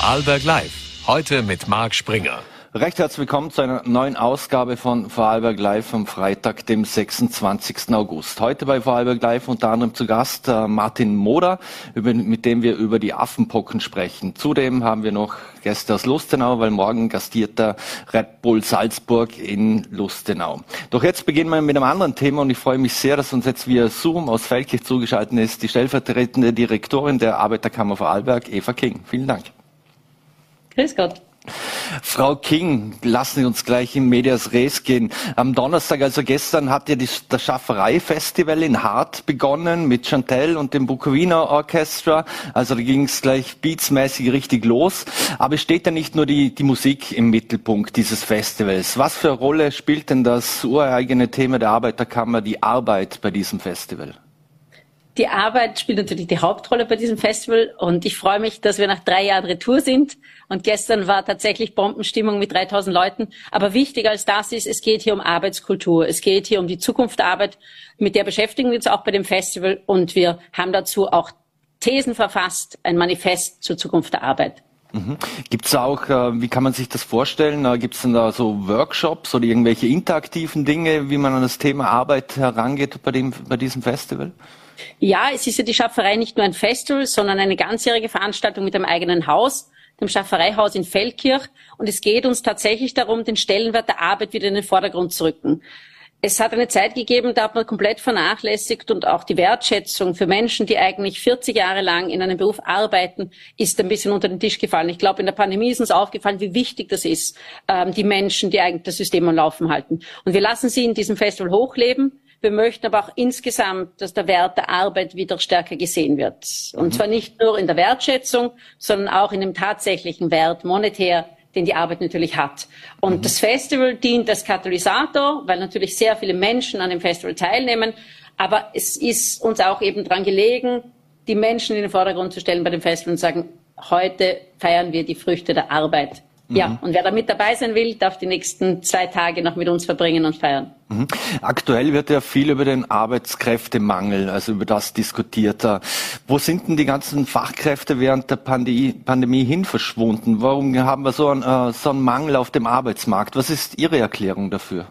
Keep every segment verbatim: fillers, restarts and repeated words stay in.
Vorarlberg Live. Heute mit Marc Springer. Recht herzlich willkommen zu einer neuen Ausgabe von Vorarlberg Live am Freitag, dem sechsundzwanzigsten August. Heute bei Vorarlberg Live unter anderem zu Gast äh, Martin Moder, über, mit dem wir über die Affenpocken sprechen. Zudem haben wir noch Gäste aus Lustenau, weil morgen gastiert der Red Bull Salzburg in Lustenau. Doch jetzt beginnen wir mit einem anderen Thema und ich freue mich sehr, dass uns jetzt via Zoom aus Feldkirch zugeschaltet ist die stellvertretende Direktorin der Arbeiterkammer Vorarlberg, Eva King. Vielen Dank. Grüß Gott. Frau King, lassen Sie uns gleich in Medias Res gehen. Am Donnerstag, also gestern, hat ja die, das Schafferei-Festival in Hart begonnen mit Chantelle und dem Bukowina Orchestra. Also da ging es gleich beatsmäßig richtig los. Aber es steht ja nicht nur die, die Musik im Mittelpunkt dieses Festivals. Was für eine Rolle spielt denn das ureigene Thema der Arbeiterkammer, die Arbeit bei diesem Festival? Die Arbeit spielt natürlich die Hauptrolle bei diesem Festival und ich freue mich, dass wir nach drei Jahren Retour sind und gestern war tatsächlich Bombenstimmung mit dreitausend Leuten. Aber wichtiger als das ist, es geht hier um Arbeitskultur, es geht hier um die Zukunft der Arbeit, mit der beschäftigen wir uns auch bei dem Festival und wir haben dazu auch Thesen verfasst, ein Manifest zur Zukunft der Arbeit. Mhm. Gibt es auch, äh, wie kann man sich das vorstellen, äh, gibt es denn da so Workshops oder irgendwelche interaktiven Dinge, wie man an das Thema Arbeit herangeht bei, dem, bei diesem Festival? Ja, es ist ja die Schafferei nicht nur ein Festival, sondern eine ganzjährige Veranstaltung mit einem eigenen Haus, dem Schaffereihaus in Feldkirch. Und es geht uns tatsächlich darum, den Stellenwert der Arbeit wieder in den Vordergrund zu rücken. Es hat eine Zeit gegeben, da hat man komplett vernachlässigt und auch die Wertschätzung für Menschen, die eigentlich vierzig Jahre lang in einem Beruf arbeiten, ist ein bisschen unter den Tisch gefallen. Ich glaube, in der Pandemie ist uns aufgefallen, wie wichtig das ist, die Menschen, die eigentlich das System am Laufen halten. Und wir lassen sie in diesem Festival hochleben. Wir möchten aber auch insgesamt, dass der Wert der Arbeit wieder stärker gesehen wird. Und mhm. zwar nicht nur in der Wertschätzung, sondern auch in dem tatsächlichen Wert monetär, den die Arbeit natürlich hat. Und mhm. das Festival dient als Katalysator, weil natürlich sehr viele Menschen an dem Festival teilnehmen. Aber es ist uns auch eben daran gelegen, die Menschen in den Vordergrund zu stellen bei dem Festival und sagen, heute feiern wir die Früchte der Arbeit. Ja, und wer da mit dabei sein will, darf die nächsten zwei Tage noch mit uns verbringen und feiern. Mhm. Aktuell wird ja viel über den Arbeitskräftemangel, also über das diskutiert. Wo sind denn die ganzen Fachkräfte während der Pandemie, Pandemie hin verschwunden? Warum haben wir so einen, so einen Mangel auf dem Arbeitsmarkt? Was ist Ihre Erklärung dafür?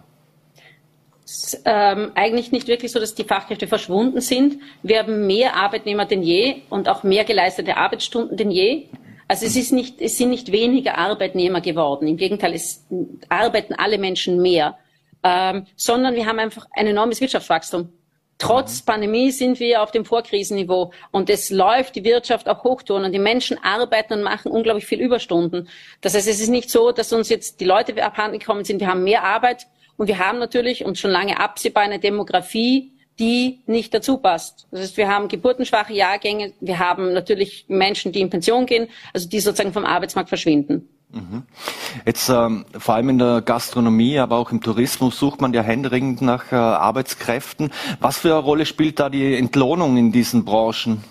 Es ist ähm, eigentlich nicht wirklich so, dass die Fachkräfte verschwunden sind. Wir haben mehr Arbeitnehmer denn je und auch mehr geleistete Arbeitsstunden denn je. Also es ist nicht, es sind nicht weniger Arbeitnehmer geworden. Im Gegenteil, es arbeiten alle Menschen mehr, ähm, sondern wir haben einfach ein enormes Wirtschaftswachstum. Trotz Pandemie sind wir auf dem Vorkrisenniveau und es läuft die Wirtschaft auch Hochtouren und die Menschen arbeiten und machen unglaublich viel Überstunden. Das heißt, es ist nicht so, dass uns jetzt die Leute abhanden gekommen sind. Wir haben mehr Arbeit und wir haben natürlich und schon lange absehbar eine Demografie, die nicht dazu passt. Das heißt, wir haben geburtenschwache Jahrgänge, wir haben natürlich Menschen, die in Pension gehen, also die sozusagen vom Arbeitsmarkt verschwinden. Mhm. Jetzt ähm, vor allem in der Gastronomie, aber auch im Tourismus sucht man ja händeringend nach äh, Arbeitskräften. Was für eine Rolle spielt da die Entlohnung in diesen Branchen?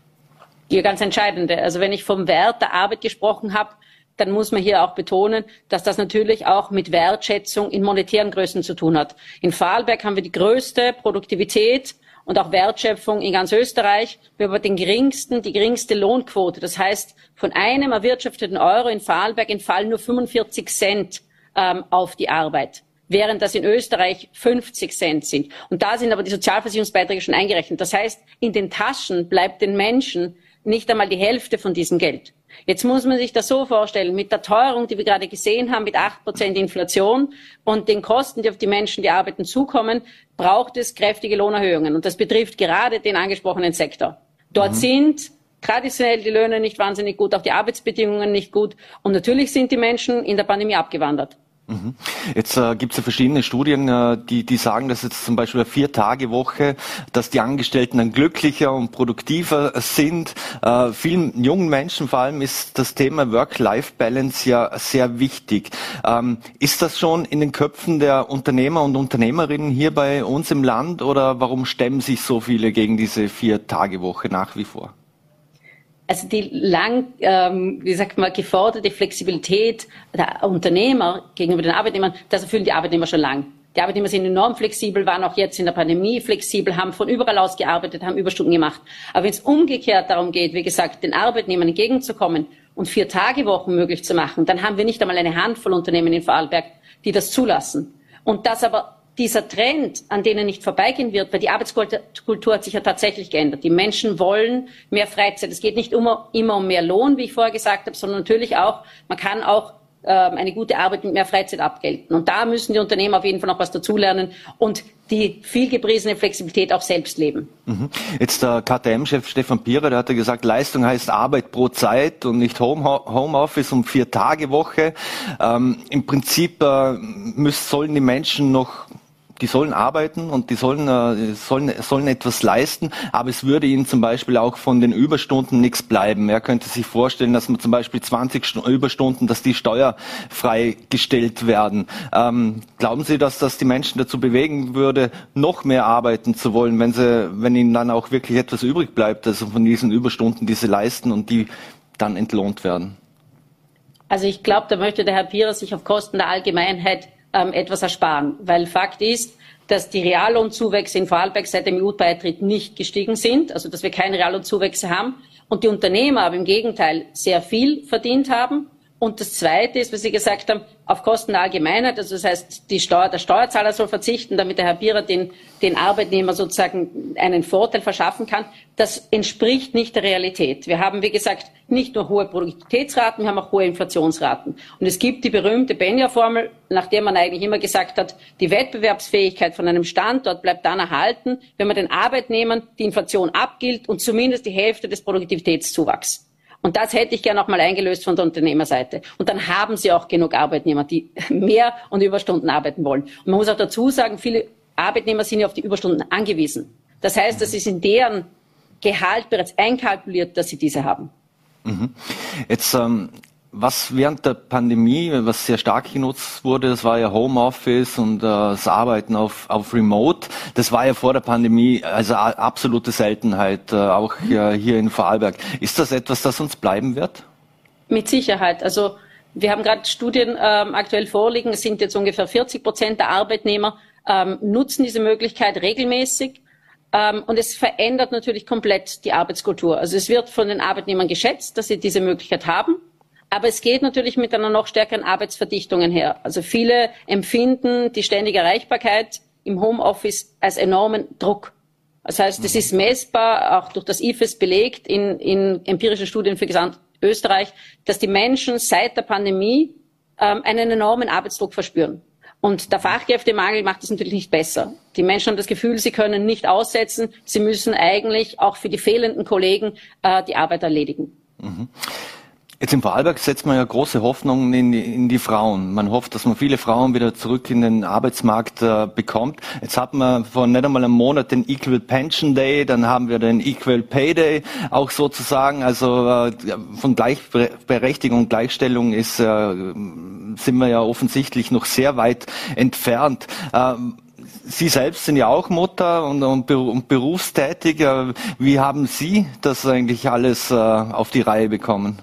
Die ganz entscheidende. Also wenn ich vom Wert der Arbeit gesprochen habe, dann muss man hier auch betonen, dass das natürlich auch mit Wertschätzung in monetären Größen zu tun hat. In Vorarlberg haben wir die größte Produktivität und auch Wertschöpfung in ganz Österreich. Wir haben aber den geringsten, die geringste Lohnquote. Das heißt, von einem erwirtschafteten Euro in Vorarlberg entfallen nur fünfundvierzig Cent ähm, auf die Arbeit, während das in Österreich fünfzig Cent sind. Und da sind aber die Sozialversicherungsbeiträge schon eingerechnet. Das heißt, in den Taschen bleibt den Menschen nicht einmal die Hälfte von diesem Geld. Jetzt muss man sich das so vorstellen, mit der Teuerung, die wir gerade gesehen haben, mit acht Prozent Inflation und den Kosten, die auf die Menschen, die arbeiten, zukommen, braucht es kräftige Lohnerhöhungen. Und das betrifft gerade den angesprochenen Sektor. Dort mhm. sind traditionell die Löhne nicht wahnsinnig gut, auch die Arbeitsbedingungen nicht gut. Und natürlich sind die Menschen in der Pandemie abgewandert. Jetzt äh, gibt es ja verschiedene Studien, äh, die, die sagen, dass jetzt zum Beispiel eine Vier-Tage-Woche, dass die Angestellten dann glücklicher und produktiver sind. Äh, vielen jungen Menschen vor allem ist das Thema Work-Life-Balance ja sehr wichtig. Ähm, ist das schon in den Köpfen der Unternehmer und Unternehmerinnen hier bei uns im Land oder warum stemmen sich so viele gegen diese Vier-Tage-Woche nach wie vor? Also die lang, ähm, wie sagt man, geforderte Flexibilität der Unternehmer gegenüber den Arbeitnehmern, das erfüllen die Arbeitnehmer schon lang. Die Arbeitnehmer sind enorm flexibel, waren auch jetzt in der Pandemie flexibel, haben von überall aus gearbeitet, haben Überstunden gemacht. Aber wenn es umgekehrt darum geht, wie gesagt, den Arbeitnehmern entgegenzukommen und Vier-Tage-Wochen möglich zu machen, dann haben wir nicht einmal eine Handvoll Unternehmen in Vorarlberg, die das zulassen. Und dass aber dieser Trend, an denen nicht vorbeigehen wird, weil die Arbeitskultur hat sich ja tatsächlich geändert. Die Menschen wollen mehr Freizeit. Es geht nicht immer, immer um mehr Lohn, wie ich vorher gesagt habe, sondern natürlich auch, man kann auch ähm, eine gute Arbeit mit mehr Freizeit abgelten. Und da müssen die Unternehmen auf jeden Fall noch was dazulernen und die vielgepriesene Flexibilität auch selbst leben. Mhm. Jetzt der K T M-Chef Stefan Pierer, der hat ja gesagt, Leistung heißt Arbeit pro Zeit und nicht Home, Homeoffice um vier Tage Woche. Ähm, Im Prinzip äh, müssen, sollen die Menschen noch Die sollen arbeiten und die sollen, äh, sollen, sollen etwas leisten, aber es würde ihnen zum Beispiel auch von den Überstunden nichts bleiben. Er könnte sich vorstellen, dass man zum Beispiel zwanzig Überstunden, dass die steuerfrei gestellt werden. Ähm, glauben Sie, dass das die Menschen dazu bewegen würde, noch mehr arbeiten zu wollen, wenn sie, wenn ihnen dann auch wirklich etwas übrig bleibt, also von diesen Überstunden, die sie leisten und die dann entlohnt werden? Also ich glaube, da möchte der Herr Pierer sich auf Kosten der Allgemeinheit Ähm, etwas ersparen, weil Fakt ist, dass die Reallohnzuwächse in Vorarlberg seit dem E U-Beitritt nicht gestiegen sind, also dass wir keine Reallohnzuwächse haben und die Unternehmer aber im Gegenteil sehr viel verdient haben. Und das Zweite ist, was Sie gesagt haben, auf Kosten der Allgemeinheit, also das heißt, die Steuer, der Steuerzahler soll verzichten, damit der Herr Pierer den, den Arbeitnehmer sozusagen einen Vorteil verschaffen kann. Das entspricht nicht der Realität. Wir haben, wie gesagt, nicht nur hohe Produktivitätsraten, wir haben auch hohe Inflationsraten. Und es gibt die berühmte Benja-Formel, nach der man eigentlich immer gesagt hat, die Wettbewerbsfähigkeit von einem Standort bleibt dann erhalten, wenn man den Arbeitnehmern die Inflation abgilt und zumindest die Hälfte des Produktivitätszuwachs. Und das hätte ich gerne auch mal eingelöst von der Unternehmerseite. Und dann haben sie auch genug Arbeitnehmer, die mehr und Überstunden arbeiten wollen. Und man muss auch dazu sagen, viele Arbeitnehmer sind ja auf die Überstunden angewiesen. Das heißt, es ist in deren Gehalt bereits einkalkuliert, dass sie diese haben. Mhm. Jetzt, ähm, was während der Pandemie, was sehr stark genutzt wurde, das war ja Homeoffice und äh, das Arbeiten auf, auf Remote. Das war ja vor der Pandemie also absolute Seltenheit, äh, auch äh, hier in Vorarlberg. Ist das etwas, das uns bleiben wird? Mit Sicherheit. Also wir haben gerade Studien ähm, aktuell vorliegen. Es sind jetzt ungefähr vierzig Prozent der Arbeitnehmer ähm, nutzen diese Möglichkeit regelmäßig. Ähm, und es verändert natürlich komplett die Arbeitskultur. Also es wird von den Arbeitnehmern geschätzt, dass sie diese Möglichkeit haben. Aber es geht natürlich mit einer noch stärkeren Arbeitsverdichtung einher. Also viele empfinden die ständige Erreichbarkeit im Homeoffice als enormen Druck. Das heißt, es ist messbar, auch durch das I F E S belegt in, in empirischen Studien für gesamt Österreich, dass die Menschen seit der Pandemie ähm, einen enormen Arbeitsdruck verspüren. Und der Fachkräftemangel macht es natürlich nicht besser. Die Menschen haben das Gefühl, sie können nicht aussetzen. Sie müssen eigentlich auch für die fehlenden Kollegen äh, die Arbeit erledigen. Mhm. Jetzt im Vorarlberg setzt man ja große Hoffnungen in die, in die Frauen. Man hofft, dass man viele Frauen wieder zurück in den Arbeitsmarkt äh, bekommt. Jetzt hat man vor nicht einmal einem Monat den Equal Pension Day, dann haben wir den Equal Pay Day auch sozusagen. Also äh, von Gleichberechtigung und Gleichstellung ist, äh, sind wir ja offensichtlich noch sehr weit entfernt. Äh, Sie selbst sind ja auch Mutter und, und, und berufstätig. Äh, wie haben Sie das eigentlich alles äh, auf die Reihe bekommen?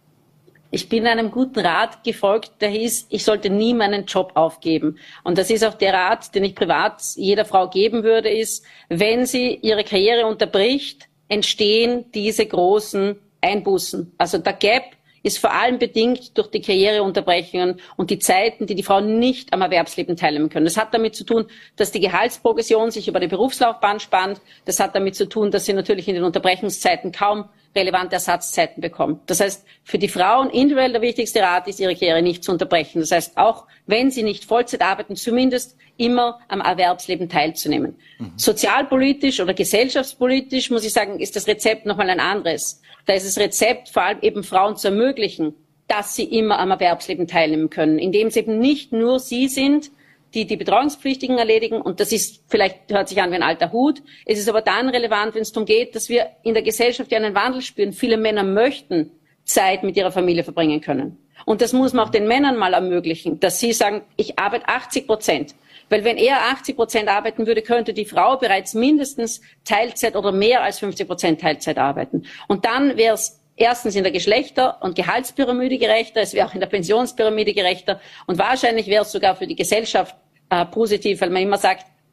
Ich bin einem guten Rat gefolgt, der hieß, ich sollte nie meinen Job aufgeben. Und das ist auch der Rat, den ich privat jeder Frau geben würde, ist, wenn sie ihre Karriere unterbricht, entstehen diese großen Einbußen. Also der Gap ist vor allem bedingt durch die Karriereunterbrechungen und die Zeiten, die die Frauen nicht am Erwerbsleben teilnehmen können. Das hat damit zu tun, dass die Gehaltsprogression sich über die Berufslaufbahn spannt. Das hat damit zu tun, dass sie natürlich in den Unterbrechungszeiten kaum relevante Ersatzzeiten bekommen. Das heißt, für die Frauen individuell der wichtigste Rat ist, ihre Karriere nicht zu unterbrechen. Das heißt, auch wenn sie nicht Vollzeit arbeiten, zumindest immer am Erwerbsleben teilzunehmen. Mhm. Sozialpolitisch oder gesellschaftspolitisch, muss ich sagen, ist das Rezept nochmal ein anderes. Da ist das Rezept vor allem eben Frauen zu ermöglichen, dass sie immer am Erwerbsleben teilnehmen können, indem es eben nicht nur sie sind, die die Betreuungspflichtigen erledigen. Und das ist, vielleicht hört sich an wie ein alter Hut. Es ist aber dann relevant, wenn es darum geht, dass wir in der Gesellschaft ja einen Wandel spüren. Viele Männer möchten Zeit mit ihrer Familie verbringen können. Und das muss man auch den Männern mal ermöglichen, dass sie sagen, ich arbeite achtzig Prozent. Weil wenn er achtzig Prozent arbeiten würde, könnte die Frau bereits mindestens Teilzeit oder mehr als fünfzig Prozent Teilzeit arbeiten. Und dann wäre es erstens in der Geschlechter- und Gehaltspyramide gerechter, es wäre auch in der Pensionspyramide gerechter und wahrscheinlich wäre es sogar für die Gesellschaft äh, positiv, weil man immer sagt,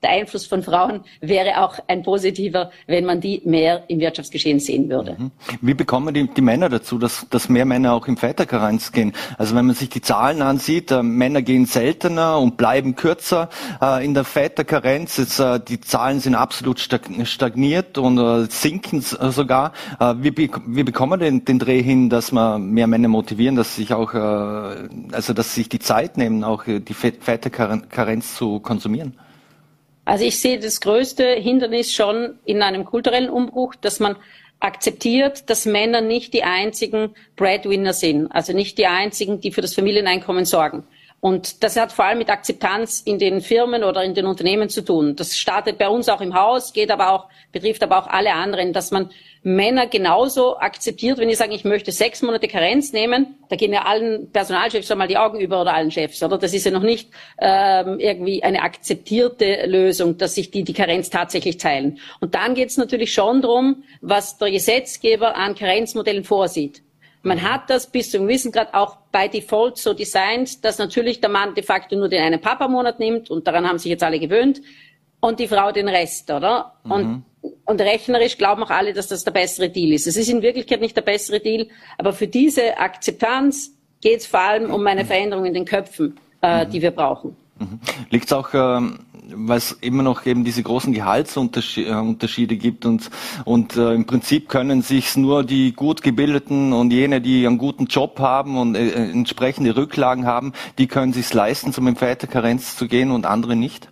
der Einfluss von Frauen wäre auch ein positiver, wenn man die mehr im Wirtschaftsgeschehen sehen würde. Wie bekommen die, die Männer dazu, dass, dass mehr Männer auch im Väterkarenz gehen? Also wenn man sich die Zahlen ansieht, äh, Männer gehen seltener und bleiben kürzer äh, in der Väterkarenz. Jetzt, äh, die Zahlen sind absolut stagniert und äh, sinken sogar. Äh, wie, wie bekommen wir den, den Dreh hin, dass man mehr Männer motivieren, dass sich auch, äh, also dass sich die Zeit nehmen, auch äh, die Väterkarenz zu konsumieren? Also ich sehe das größte Hindernis schon in einem kulturellen Umbruch, dass man akzeptiert, dass Männer nicht die einzigen Breadwinner sind, also nicht die einzigen, die für das Familieneinkommen sorgen. Und das hat vor allem mit Akzeptanz in den Firmen oder in den Unternehmen zu tun. Das startet bei uns auch im Haus, geht aber auch, betrifft aber auch alle anderen, dass man Männer genauso akzeptiert, wenn die sagen, ich möchte sechs Monate Karenz nehmen, da gehen ja allen Personalchefs schon mal die Augen über oder allen Chefs, oder? Das ist ja noch nicht ähm, irgendwie eine akzeptierte Lösung, dass sich die die Karenz tatsächlich teilen. Und dann geht es natürlich schon darum, was der Gesetzgeber an Karenzmodellen vorsieht. Man hat das bis zum gewissen Grad auch bei Default so designt, dass natürlich der Mann de facto nur den einen Papamonat nimmt und daran haben sich jetzt alle gewöhnt und die Frau den Rest, oder? Mhm. Und, und rechnerisch glauben auch alle, dass das der bessere Deal ist. Es ist in Wirklichkeit nicht der bessere Deal, aber für diese Akzeptanz geht es vor allem um eine Veränderung in den Köpfen, äh, mhm. die wir brauchen. Mhm. Liegt es auch, ähm, weil es immer noch eben diese großen Gehaltsunterschiede gibt und und äh, im Prinzip können sich's nur die gut gebildeten und jene, die einen guten Job haben und äh, entsprechende Rücklagen haben, die können sich's leisten, zum in Väterkarenz zu gehen und andere nicht?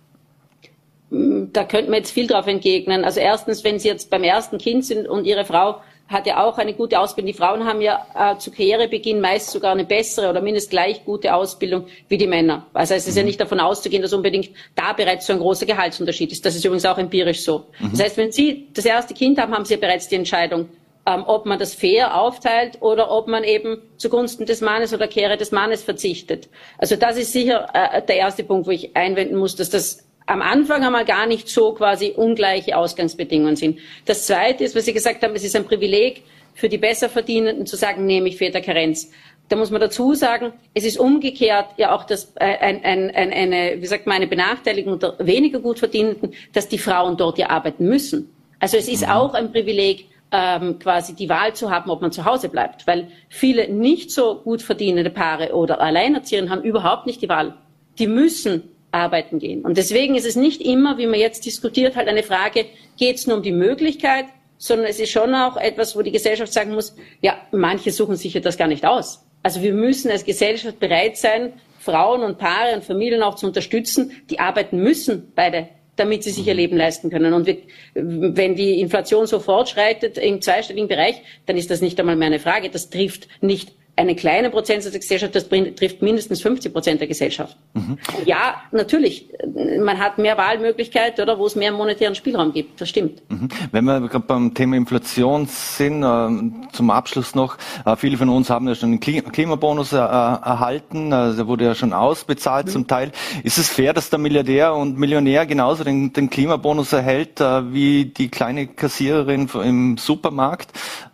Da könnte man jetzt viel drauf entgegnen. Also erstens, wenn Sie jetzt beim ersten Kind sind und Ihre Frau hat ja auch eine gute Ausbildung. Die Frauen haben ja äh, zu Karrierebeginn meist sogar eine bessere oder mindestens gleich gute Ausbildung wie die Männer. Also es ist ja nicht davon auszugehen, dass unbedingt da bereits so ein großer Gehaltsunterschied ist. Das ist übrigens auch empirisch so. Mhm. Das heißt, wenn Sie das erste Kind haben, haben Sie ja bereits die Entscheidung, ähm, ob man das fair aufteilt oder ob man eben zugunsten des Mannes oder Karriere des Mannes verzichtet. Also das ist sicher äh, der erste Punkt, wo ich einwenden muss, dass das am Anfang einmal gar nicht so quasi ungleiche Ausgangsbedingungen sind. Das Zweite ist, was Sie gesagt haben, es ist ein Privileg für die Besserverdienenden zu sagen, nehme ich Väterkarenz. Da muss man dazu sagen, es ist umgekehrt ja auch das, äh, ein, ein, ein, eine, wie sagt man, eine Benachteiligung der weniger gut Verdienenden, dass die Frauen dort ja arbeiten müssen. Also es ist auch ein Privileg, ähm, quasi die Wahl zu haben, ob man zu Hause bleibt, weil viele nicht so gut verdienende Paare oder Alleinerziehende haben überhaupt nicht die Wahl. Die müssen arbeiten gehen. Und deswegen ist es nicht immer, wie man jetzt diskutiert, halt eine Frage, geht es nur um die Möglichkeit, sondern es ist schon auch etwas, wo die Gesellschaft sagen muss, ja, manche suchen sich ja das gar nicht aus. Also wir müssen als Gesellschaft bereit sein, Frauen und Paare und Familien auch zu unterstützen, die arbeiten müssen, beide, damit sie sich ihr Leben leisten können. Und wir, wenn die Inflation so fortschreitet im zweistelligen Bereich, dann ist das nicht einmal mehr eine Frage. Das trifft nicht eine kleine Prozentsatz der Gesellschaft, das trifft mindestens fünfzig Prozent der Gesellschaft. Mhm. Ja, natürlich, man hat mehr Wahlmöglichkeit, oder, wo es mehr monetären Spielraum gibt, das stimmt. Mhm. Wenn wir gerade beim Thema Inflation sind, äh, zum Abschluss noch, äh, viele von uns haben ja schon einen Klimabonus äh, erhalten, äh, der wurde ja schon ausbezahlt mhm. zum Teil. Ist es fair, dass der Milliardär und Millionär genauso den, den Klimabonus erhält, äh, wie die kleine Kassiererin im Supermarkt?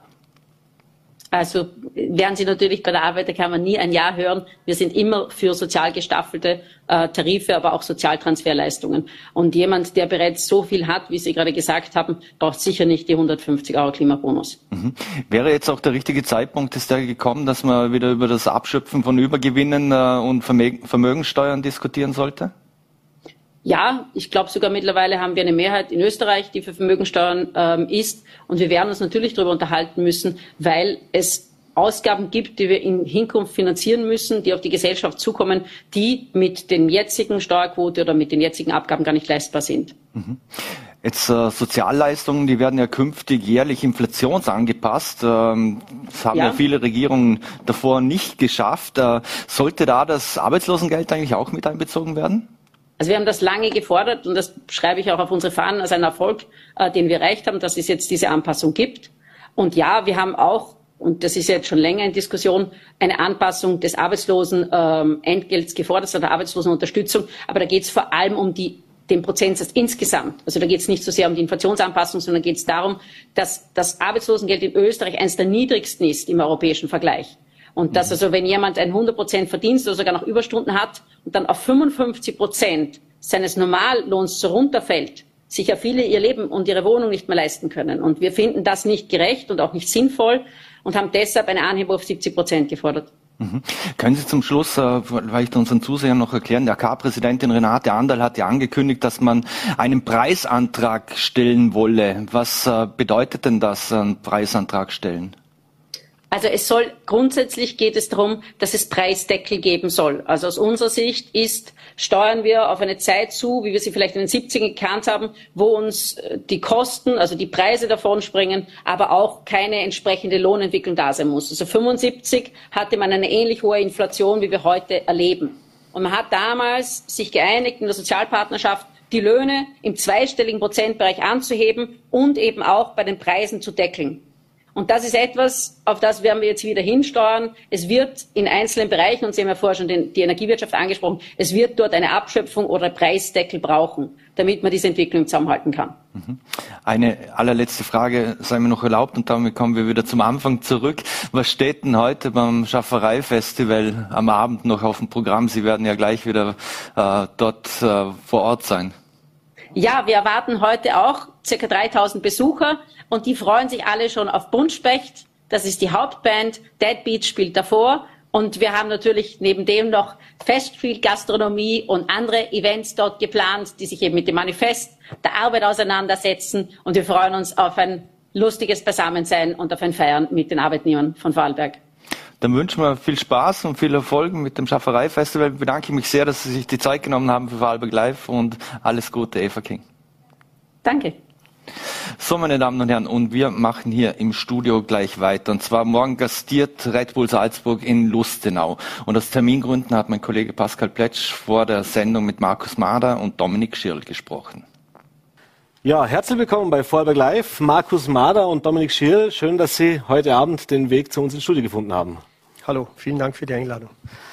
Also werden Sie natürlich bei der Arbeiterkammer nie ein Ja hören. Wir sind immer für sozial gestaffelte äh, Tarife, aber auch Sozialtransferleistungen. Und jemand, der bereits so viel hat, wie Sie gerade gesagt haben, braucht sicher nicht die hundertfünfzig Euro Klimabonus. Mhm. Wäre jetzt auch der richtige Zeitpunkt, ist der gekommen, dass man wieder über das Abschöpfen von Übergewinnen äh, und Vermö- Vermögenssteuern diskutieren sollte? Ja, ich glaube sogar mittlerweile haben wir eine Mehrheit in Österreich, die für Vermögensteuern ähm, ist. Und wir werden uns natürlich darüber unterhalten müssen, weil es Ausgaben gibt, die wir in Hinkunft finanzieren müssen, die auf die Gesellschaft zukommen, die mit den jetzigen Steuerquote oder mit den jetzigen Abgaben gar nicht leistbar sind. Mhm. Jetzt äh, Sozialleistungen, die werden ja künftig jährlich inflationsangepasst. Ähm, das haben ja. ja viele Regierungen davor nicht geschafft. Äh, sollte da das Arbeitslosengeld eigentlich auch mit einbezogen werden? Also wir haben das lange gefordert und das schreibe ich auch auf unsere Fahnen als einen Erfolg, äh, den wir erreicht haben, dass es jetzt diese Anpassung gibt. Und ja, wir haben auch, und das ist jetzt schon länger in Diskussion, eine Anpassung des Arbeitslosenentgelts ähm, gefordert, also der Arbeitslosenunterstützung. Aber da geht es vor allem um die, den Prozentsatz insgesamt. Also da geht es nicht so sehr um die Inflationsanpassung, sondern geht es darum, dass das Arbeitslosengeld in Österreich eines der niedrigsten ist im europäischen Vergleich. Und dass also, wenn jemand ein hundert Prozent Verdienst oder sogar noch Überstunden hat und dann auf fünfundfünfzig Prozent seines Normallohns so runterfällt, sich ja viele ihr Leben und ihre Wohnung nicht mehr leisten können. Und wir finden das nicht gerecht und auch nicht sinnvoll und haben deshalb eine Anhebung auf siebzig Prozent gefordert. Mhm. Können Sie zum Schluss äh, vielleicht unseren Zusehern noch erklären, der K-Präsidentin Renate Anderl hat ja angekündigt, dass man einen Preisantrag stellen wolle. Was äh, bedeutet denn das, einen Preisantrag stellen? Also es soll, grundsätzlich geht es darum, dass es Preisdeckel geben soll. Also aus unserer Sicht ist, steuern wir auf eine Zeit zu, wie wir sie vielleicht in den siebzigern gekannt haben, wo uns die Kosten, also die Preise davonspringen, aber auch keine entsprechende Lohnentwicklung da sein muss. Also fünfundsiebzig hatte man eine ähnlich hohe Inflation, wie wir heute erleben. Und man hat damals sich geeinigt in der Sozialpartnerschaft, die Löhne im zweistelligen Prozentbereich anzuheben und eben auch bei den Preisen zu deckeln. Und das ist etwas, auf das werden wir jetzt wieder hinsteuern. Es wird in einzelnen Bereichen, und Sie haben ja vorher schon den, die Energiewirtschaft angesprochen, es wird dort eine Abschöpfung oder Preisdeckel brauchen, damit man diese Entwicklung zusammenhalten kann. Eine allerletzte Frage sei mir noch erlaubt und damit kommen wir wieder zum Anfang zurück. Was steht denn heute beim Schafferei-Festival am Abend noch auf dem Programm? Sie werden ja gleich wieder äh, dort äh, vor Ort sein. Ja, wir erwarten heute auch circa dreitausend Besucher und die freuen sich alle schon auf Buntspecht. Das ist die Hauptband. Dead Beat spielt davor. Und wir haben natürlich neben dem noch Festspielgastronomie und andere Events dort geplant, die sich eben mit dem Manifest der Arbeit auseinandersetzen. Und wir freuen uns auf ein lustiges Beisammensein und auf ein Feiern mit den Arbeitnehmern von Vorarlberg. Dann wünschen wir viel Spaß und viel Erfolg mit dem Schafferei-Festival. Ich bedanke mich sehr, dass Sie sich die Zeit genommen haben für Vorarlberg Live und alles Gute, Eva King. Danke. So, meine Damen und Herren, und wir machen hier im Studio gleich weiter. Und zwar morgen gastiert Red Bull Salzburg in Lustenau. Und aus Termingründen hat mein Kollege Pascal Pletsch vor der Sendung mit Markus Mader und Dominik Schirl gesprochen. Ja, herzlich willkommen bei Vorarlberg Live. Markus Mader und Dominik Schirl. Schön, dass Sie heute Abend den Weg zu uns ins Studio gefunden haben. Hallo, vielen Dank für die Einladung.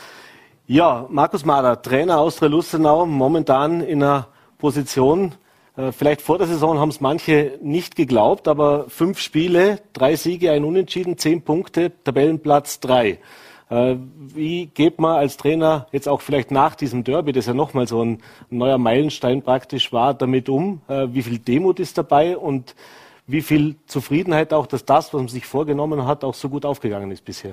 Ja, Markus Mader, Trainer Austria Lustenau, momentan in einer Position, äh, vielleicht vor der Saison haben es manche nicht geglaubt, aber fünf Spiele, drei Siege, ein Unentschieden, zehn Punkte, Tabellenplatz drei. Äh, wie geht man als Trainer jetzt auch vielleicht nach diesem Derby, das ja nochmal so ein neuer Meilenstein praktisch war, damit um? Äh, wie viel Demut ist dabei und wie viel Zufriedenheit auch, dass das, was man sich vorgenommen hat, auch so gut aufgegangen ist bisher?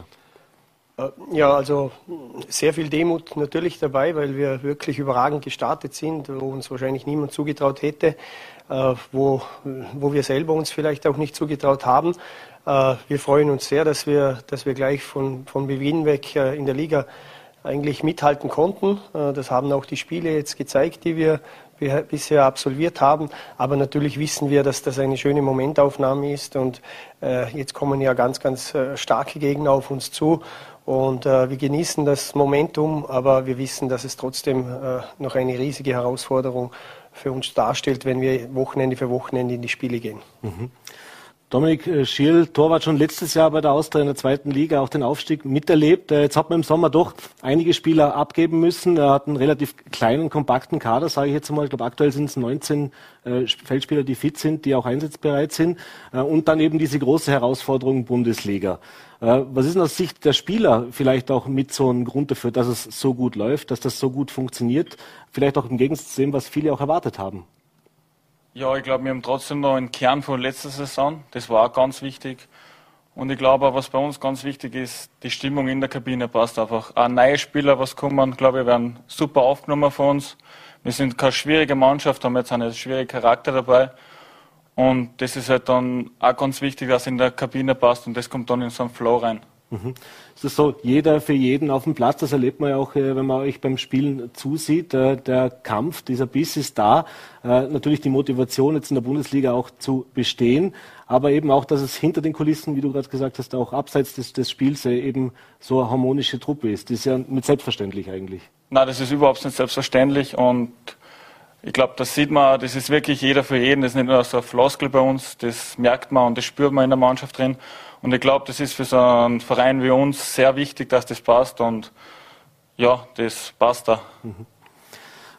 Ja, also sehr viel Demut natürlich dabei, weil wir wirklich überragend gestartet sind, wo uns wahrscheinlich niemand zugetraut hätte, wo, wo wir selber uns vielleicht auch nicht zugetraut haben. Wir freuen uns sehr, dass wir, dass wir gleich von, von Beginn weg in der Liga eigentlich mithalten konnten. Das haben auch die Spiele jetzt gezeigt, die wir bisher absolviert haben. Aber natürlich wissen wir, dass das eine schöne Momentaufnahme ist und jetzt kommen ja ganz, ganz starke Gegner auf uns zu. Und äh, wir genießen das Momentum, aber wir wissen, dass es trotzdem äh, noch eine riesige Herausforderung für uns darstellt, wenn wir Wochenende für Wochenende in die Spiele gehen. Mhm. Dominik Schirl, Torwart schon letztes Jahr bei der Austria in der zweiten Liga, auch den Aufstieg miterlebt. Jetzt hat man im Sommer doch einige Spieler abgeben müssen. Er hat einen relativ kleinen, kompakten Kader, sage ich jetzt mal. Ich glaube, aktuell sind es neunzehn äh, Feldspieler, die fit sind, die auch einsatzbereit sind. Äh, und dann eben diese große Herausforderung Bundesliga. Äh, was ist denn aus Sicht der Spieler vielleicht auch mit so einem Grund dafür, dass es so gut läuft, dass das so gut funktioniert? Vielleicht auch im Gegensatz zu dem, was viele auch erwartet haben. Ja, ich glaube, wir haben trotzdem noch einen Kern von letzter Saison. Das war auch ganz wichtig. Und ich glaube auch, was bei uns ganz wichtig ist, die Stimmung in der Kabine passt einfach. Auch neue Spieler, was kommen, glaube ich, werden super aufgenommen von uns. Wir sind keine schwierige Mannschaft, haben jetzt einen schwierigen Charakter dabei. Und das ist halt dann auch ganz wichtig, dass es in der Kabine passt und das kommt dann in so einen Flow rein. Mhm. Ist das so, jeder für jeden auf dem Platz, das erlebt man ja auch, wenn man euch beim Spielen zusieht, der Kampf, dieser Biss ist da, natürlich die Motivation jetzt in der Bundesliga auch zu bestehen, aber eben auch, dass es hinter den Kulissen, wie du gerade gesagt hast, auch abseits des, des Spiels eben so eine harmonische Truppe ist. Das ist ja nicht selbstverständlich eigentlich. Nein, das ist überhaupt nicht selbstverständlich und ich glaube, das sieht man, das ist wirklich jeder für jeden, das ist nicht nur so ein Floskel bei uns, das merkt man und das spürt man in der Mannschaft drin. Und ich glaube, das ist für so einen Verein wie uns sehr wichtig, dass das passt und ja, das passt da. Mhm.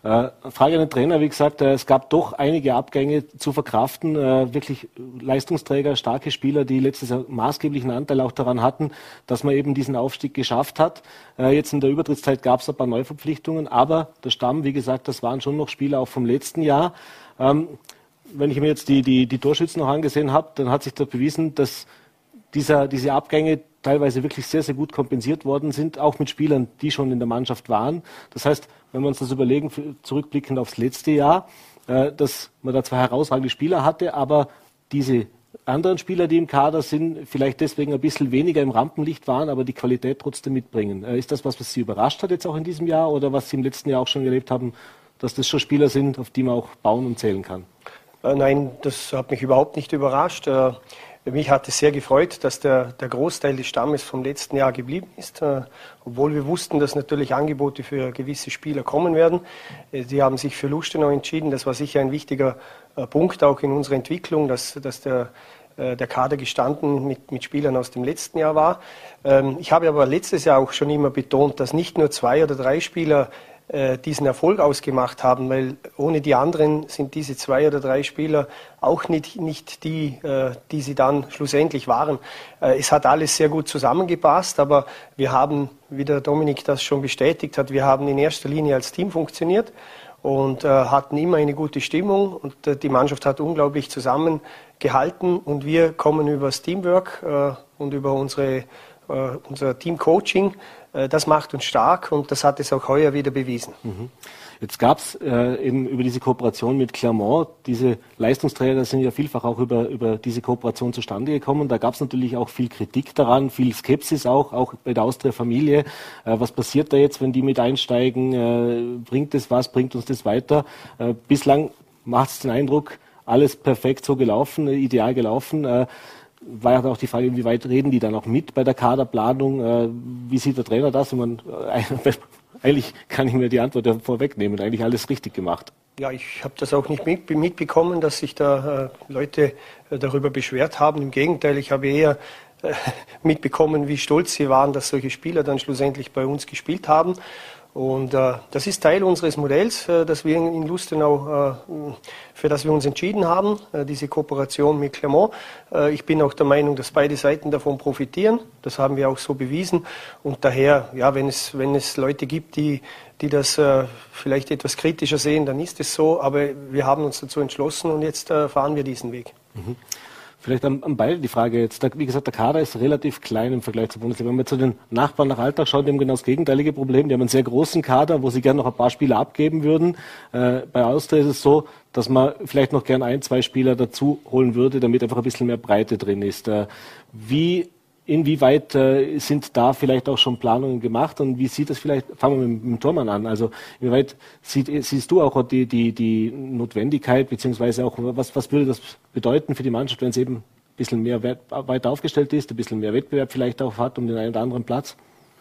Äh, Frage an den Trainer, wie gesagt, äh, es gab doch einige Abgänge zu verkraften, äh, wirklich Leistungsträger, starke Spieler, die letztes Jahr maßgeblichen Anteil auch daran hatten, dass man eben diesen Aufstieg geschafft hat. Äh, jetzt in der Übertrittszeit gab es ein paar Neuverpflichtungen, aber der Stamm, wie gesagt, das waren schon noch Spieler auch vom letzten Jahr. Ähm, wenn ich mir jetzt die, die, die Torschützen noch angesehen habe, dann hat sich da bewiesen, dass dieser, diese Abgänge teilweise wirklich sehr, sehr gut kompensiert worden sind, auch mit Spielern, die schon in der Mannschaft waren. Das heißt, wenn wir uns das überlegen, zurückblickend aufs letzte Jahr, äh, dass man da zwei herausragende Spieler hatte, aber diese anderen Spieler, die im Kader sind, vielleicht deswegen ein bisschen weniger im Rampenlicht waren, aber die Qualität trotzdem mitbringen. Äh, ist das was, was Sie überrascht hat jetzt auch in diesem Jahr oder was Sie im letzten Jahr auch schon erlebt haben, dass das schon Spieler sind, auf die man auch bauen und zählen kann? Äh, nein, das hat mich überhaupt nicht überrascht. Äh, Mich hat es sehr gefreut, dass der, der Großteil des Stammes vom letzten Jahr geblieben ist, äh, obwohl wir wussten, dass natürlich Angebote für gewisse Spieler kommen werden. Äh, die haben sich für Lustenau entschieden. Das war sicher ein wichtiger äh, Punkt auch in unserer Entwicklung, dass, dass der, äh, der Kader gestanden mit, mit Spielern aus dem letzten Jahr war. Ähm, ich habe aber letztes Jahr auch schon immer betont, dass nicht nur zwei oder drei Spieler diesen Erfolg ausgemacht haben, weil ohne die anderen sind diese zwei oder drei Spieler auch nicht, nicht die, die sie dann schlussendlich waren. Es hat alles sehr gut zusammengepasst, aber wir haben, wie der Dominik das schon bestätigt hat, wir haben in erster Linie als Team funktioniert und hatten immer eine gute Stimmung und die Mannschaft hat unglaublich zusammengehalten und wir kommen über das Teamwork und über unsere, unser Teamcoaching. Das macht uns stark und das hat es auch heuer wieder bewiesen. Mhm. Jetzt gab es äh, eben über diese Kooperation mit Clermont, diese Leistungsträger sind ja vielfach auch über, über diese Kooperation zustande gekommen. Da gab es natürlich auch viel Kritik daran, viel Skepsis auch, auch bei der Austria-Familie. Äh, was passiert da jetzt, wenn die mit einsteigen? Äh, bringt das was? Bringt uns das weiter? Äh, bislang macht es den Eindruck, alles perfekt so gelaufen, äh, ideal gelaufen. Äh, War ja auch die Frage, inwieweit reden die dann auch mit bei der Kaderplanung? Äh, wie sieht der Trainer das? Und man, äh, eigentlich kann ich mir die Antwort ja vorwegnehmen. Eigentlich alles richtig gemacht. Ja, ich habe das auch nicht mit, mitbekommen, dass sich da äh, Leute äh, darüber beschwert haben. Im Gegenteil, ich habe eher äh, mitbekommen, wie stolz sie waren, dass solche Spieler dann schlussendlich bei uns gespielt haben. Und äh, das ist Teil unseres Modells, äh, das wir in Lustenau, äh, für das wir uns entschieden haben, äh, diese Kooperation mit Clermont. Äh, ich bin auch der Meinung, dass beide Seiten davon profitieren. Das haben wir auch so bewiesen. Und daher, ja, wenn es, wenn es Leute gibt, die, die das äh, vielleicht etwas kritischer sehen, dann ist es so. Aber wir haben uns dazu entschlossen und jetzt äh, fahren wir diesen Weg. Mhm. Vielleicht an, an beide die Frage jetzt. Da, wie gesagt, der Kader ist relativ klein im Vergleich zur Bundesliga. Wenn man zu den Nachbarn nach Alltag schaut, die haben genau das gegenteilige Problem. Die haben einen sehr großen Kader, wo sie gerne noch ein paar Spieler abgeben würden. Äh, bei Austria ist es so, dass man vielleicht noch gern ein, zwei Spieler dazu holen würde, damit einfach ein bisschen mehr Breite drin ist. Äh, wie Inwieweit äh, sind da vielleicht auch schon Planungen gemacht und wie sieht das vielleicht, fangen wir mit, mit dem Tormann an, also inwieweit sieht, siehst du auch die, die, die Notwendigkeit, beziehungsweise auch, was, was würde das bedeuten für die Mannschaft, wenn es eben ein bisschen mehr weit, weiter aufgestellt ist, ein bisschen mehr Wettbewerb vielleicht auch hat um den einen oder anderen Platz?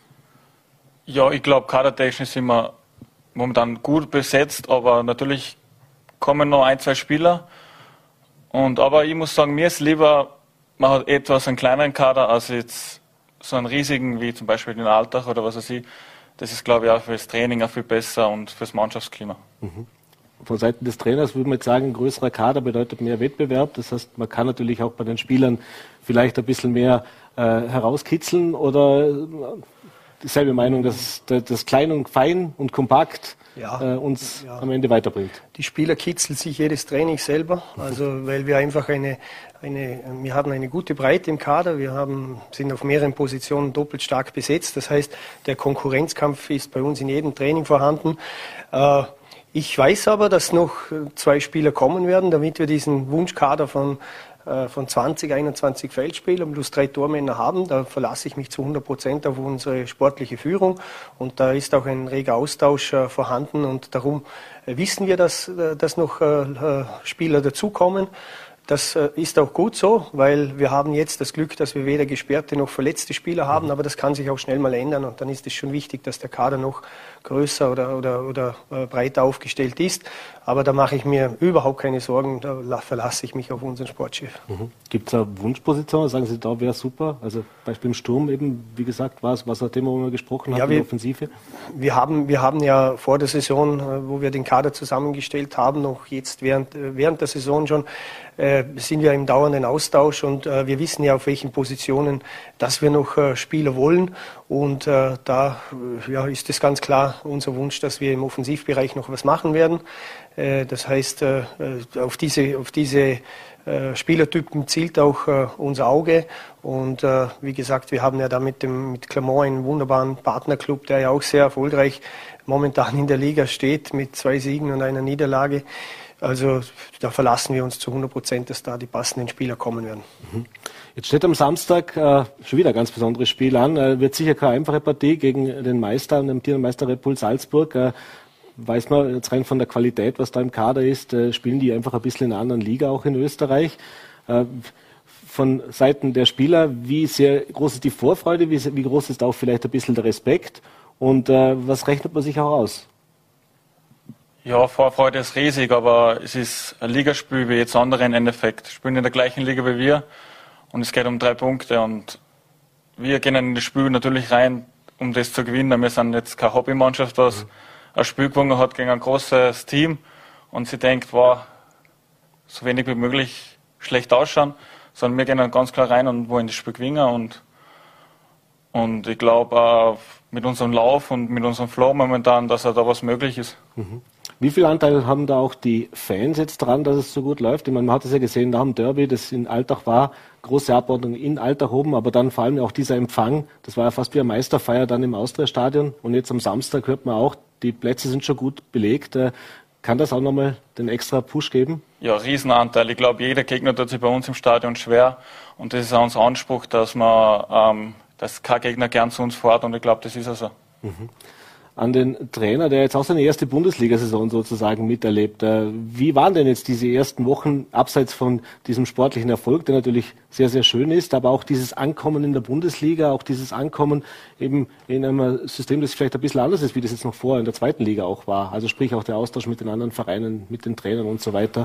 Ja, ich glaube, kadertechnisch sind wir momentan gut besetzt, aber natürlich kommen noch ein, zwei Spieler. Und, aber ich muss sagen, mir ist lieber, man hat etwas einen kleineren Kader als jetzt so einen riesigen, wie zum Beispiel den Alltag oder was weiß ich. Das ist, glaube ich, auch fürs Training auch viel besser und fürs Mannschaftsklima. Mhm. Von Seiten des Trainers würde man jetzt sagen, ein größerer Kader bedeutet mehr Wettbewerb. Das heißt, man kann natürlich auch bei den Spielern vielleicht ein bisschen mehr äh, herauskitzeln oder dieselbe Meinung, dass das klein und fein und kompakt ja, äh, uns ja. am Ende weiterbringt. Die Spieler kitzeln sich jedes Training selber, also weil wir einfach eine, eine, wir haben eine gute Breite im Kader, wir haben, sind auf mehreren Positionen doppelt stark besetzt, das heißt, der Konkurrenzkampf ist bei uns in jedem Training vorhanden. Äh, ich weiß aber, dass noch zwei Spieler kommen werden, damit wir diesen Wunschkader von von zwanzig, einundzwanzig Feldspielern plus drei Tormänner haben. Da verlasse ich mich zu hundert Prozent auf unsere sportliche Führung und da ist auch ein reger Austausch äh, vorhanden und darum äh, wissen wir, dass, äh, dass noch äh, Spieler dazukommen. das äh, ist auch gut so, weil wir haben jetzt das Glück, dass wir weder gesperrte noch verletzte Spieler haben, aber das kann sich auch schnell mal ändern und dann ist es schon wichtig, dass der Kader noch größer oder, oder, oder äh, breiter aufgestellt ist. Aber da mache ich mir überhaupt keine Sorgen, da verlasse ich mich auf unseren Sportchef. Mhm. Gibt es eine Wunschposition? Sagen Sie, da wäre super? Also Beispiel im Sturm eben, wie gesagt, war es ein Thema, wo wir gesprochen haben, ja, wir, in der Offensive? Wir haben, wir haben ja vor der Saison, wo wir den Kader zusammengestellt haben, noch jetzt während, während der Saison schon, äh, sind wir im dauernden Austausch und äh, wir wissen ja, auf welchen Positionen, dass wir noch äh, Spieler wollen. Und äh, da ja, ist es ganz klar unser Wunsch, dass wir im Offensivbereich noch was machen werden. Äh, das heißt, äh, auf diese, auf diese äh, Spielertypen zielt auch äh, unser Auge. Und äh, wie gesagt, wir haben ja da mit, dem, mit Clermont einen wunderbaren Partnerclub, der ja auch sehr erfolgreich momentan in der Liga steht, mit zwei Siegen und einer Niederlage. Also da verlassen wir uns zu hundert Prozent, dass da die passenden Spieler kommen werden. Jetzt steht am Samstag äh, schon wieder ein ganz besonderes Spiel an. Äh, wird sicher keine einfache Partie gegen den Meister, den amtierenden Meister Red Bull Salzburg. Äh, weiß man jetzt rein von der Qualität, was da im Kader ist, äh, spielen die einfach ein bisschen in einer anderen Liga, auch in Österreich. Äh, von Seiten der Spieler, wie sehr groß ist die Vorfreude, wie, wie groß ist auch vielleicht ein bisschen der Respekt und äh, was rechnet man sich auch aus? Ja, Vorfreude ist riesig, aber es ist ein Ligaspiel wie jetzt andere im Endeffekt. Spielen in der gleichen Liga wie wir und es geht um drei Punkte und wir gehen in das Spiel natürlich rein, um das zu gewinnen. Wir sind jetzt keine Hobbymannschaft, was mhm. ein Spiel gewonnen hat gegen ein großes Team und sie denkt, wow, so wenig wie möglich schlecht ausschauen, sondern wir gehen dann ganz klar rein und wollen das Spiel gewinnen und, und ich glaube auch mit unserem Lauf und mit unserem Flow momentan, dass da was möglich ist. Mhm. Wie viel Anteil haben da auch die Fans jetzt dran, dass es so gut läuft? Ich meine, man hat es ja gesehen nach dem Derby, das in Altach war, große Abordnung in Altach oben, aber dann vor allem auch dieser Empfang, das war ja fast wie eine Meisterfeier dann im Austria-Stadion und jetzt am Samstag hört man auch, die Plätze sind schon gut belegt. Kann das auch nochmal den extra Push geben? Ja, Riesenanteil. Ich glaube, jeder Gegner tut sich bei uns im Stadion schwer und das ist auch unser Anspruch, dass man, ähm, dass kein Gegner gern zu uns fährt und ich glaube, das ist also. Mhm. An den Trainer, der jetzt auch seine erste Bundesliga-Saison sozusagen miterlebt. Wie waren denn jetzt diese ersten Wochen, abseits von diesem sportlichen Erfolg, der natürlich sehr, sehr schön ist, aber auch dieses Ankommen in der Bundesliga, auch dieses Ankommen eben in einem System, das vielleicht ein bisschen anders ist, wie das jetzt noch vorher in der zweiten Liga auch war. Also sprich auch der Austausch mit den anderen Vereinen, mit den Trainern und so weiter.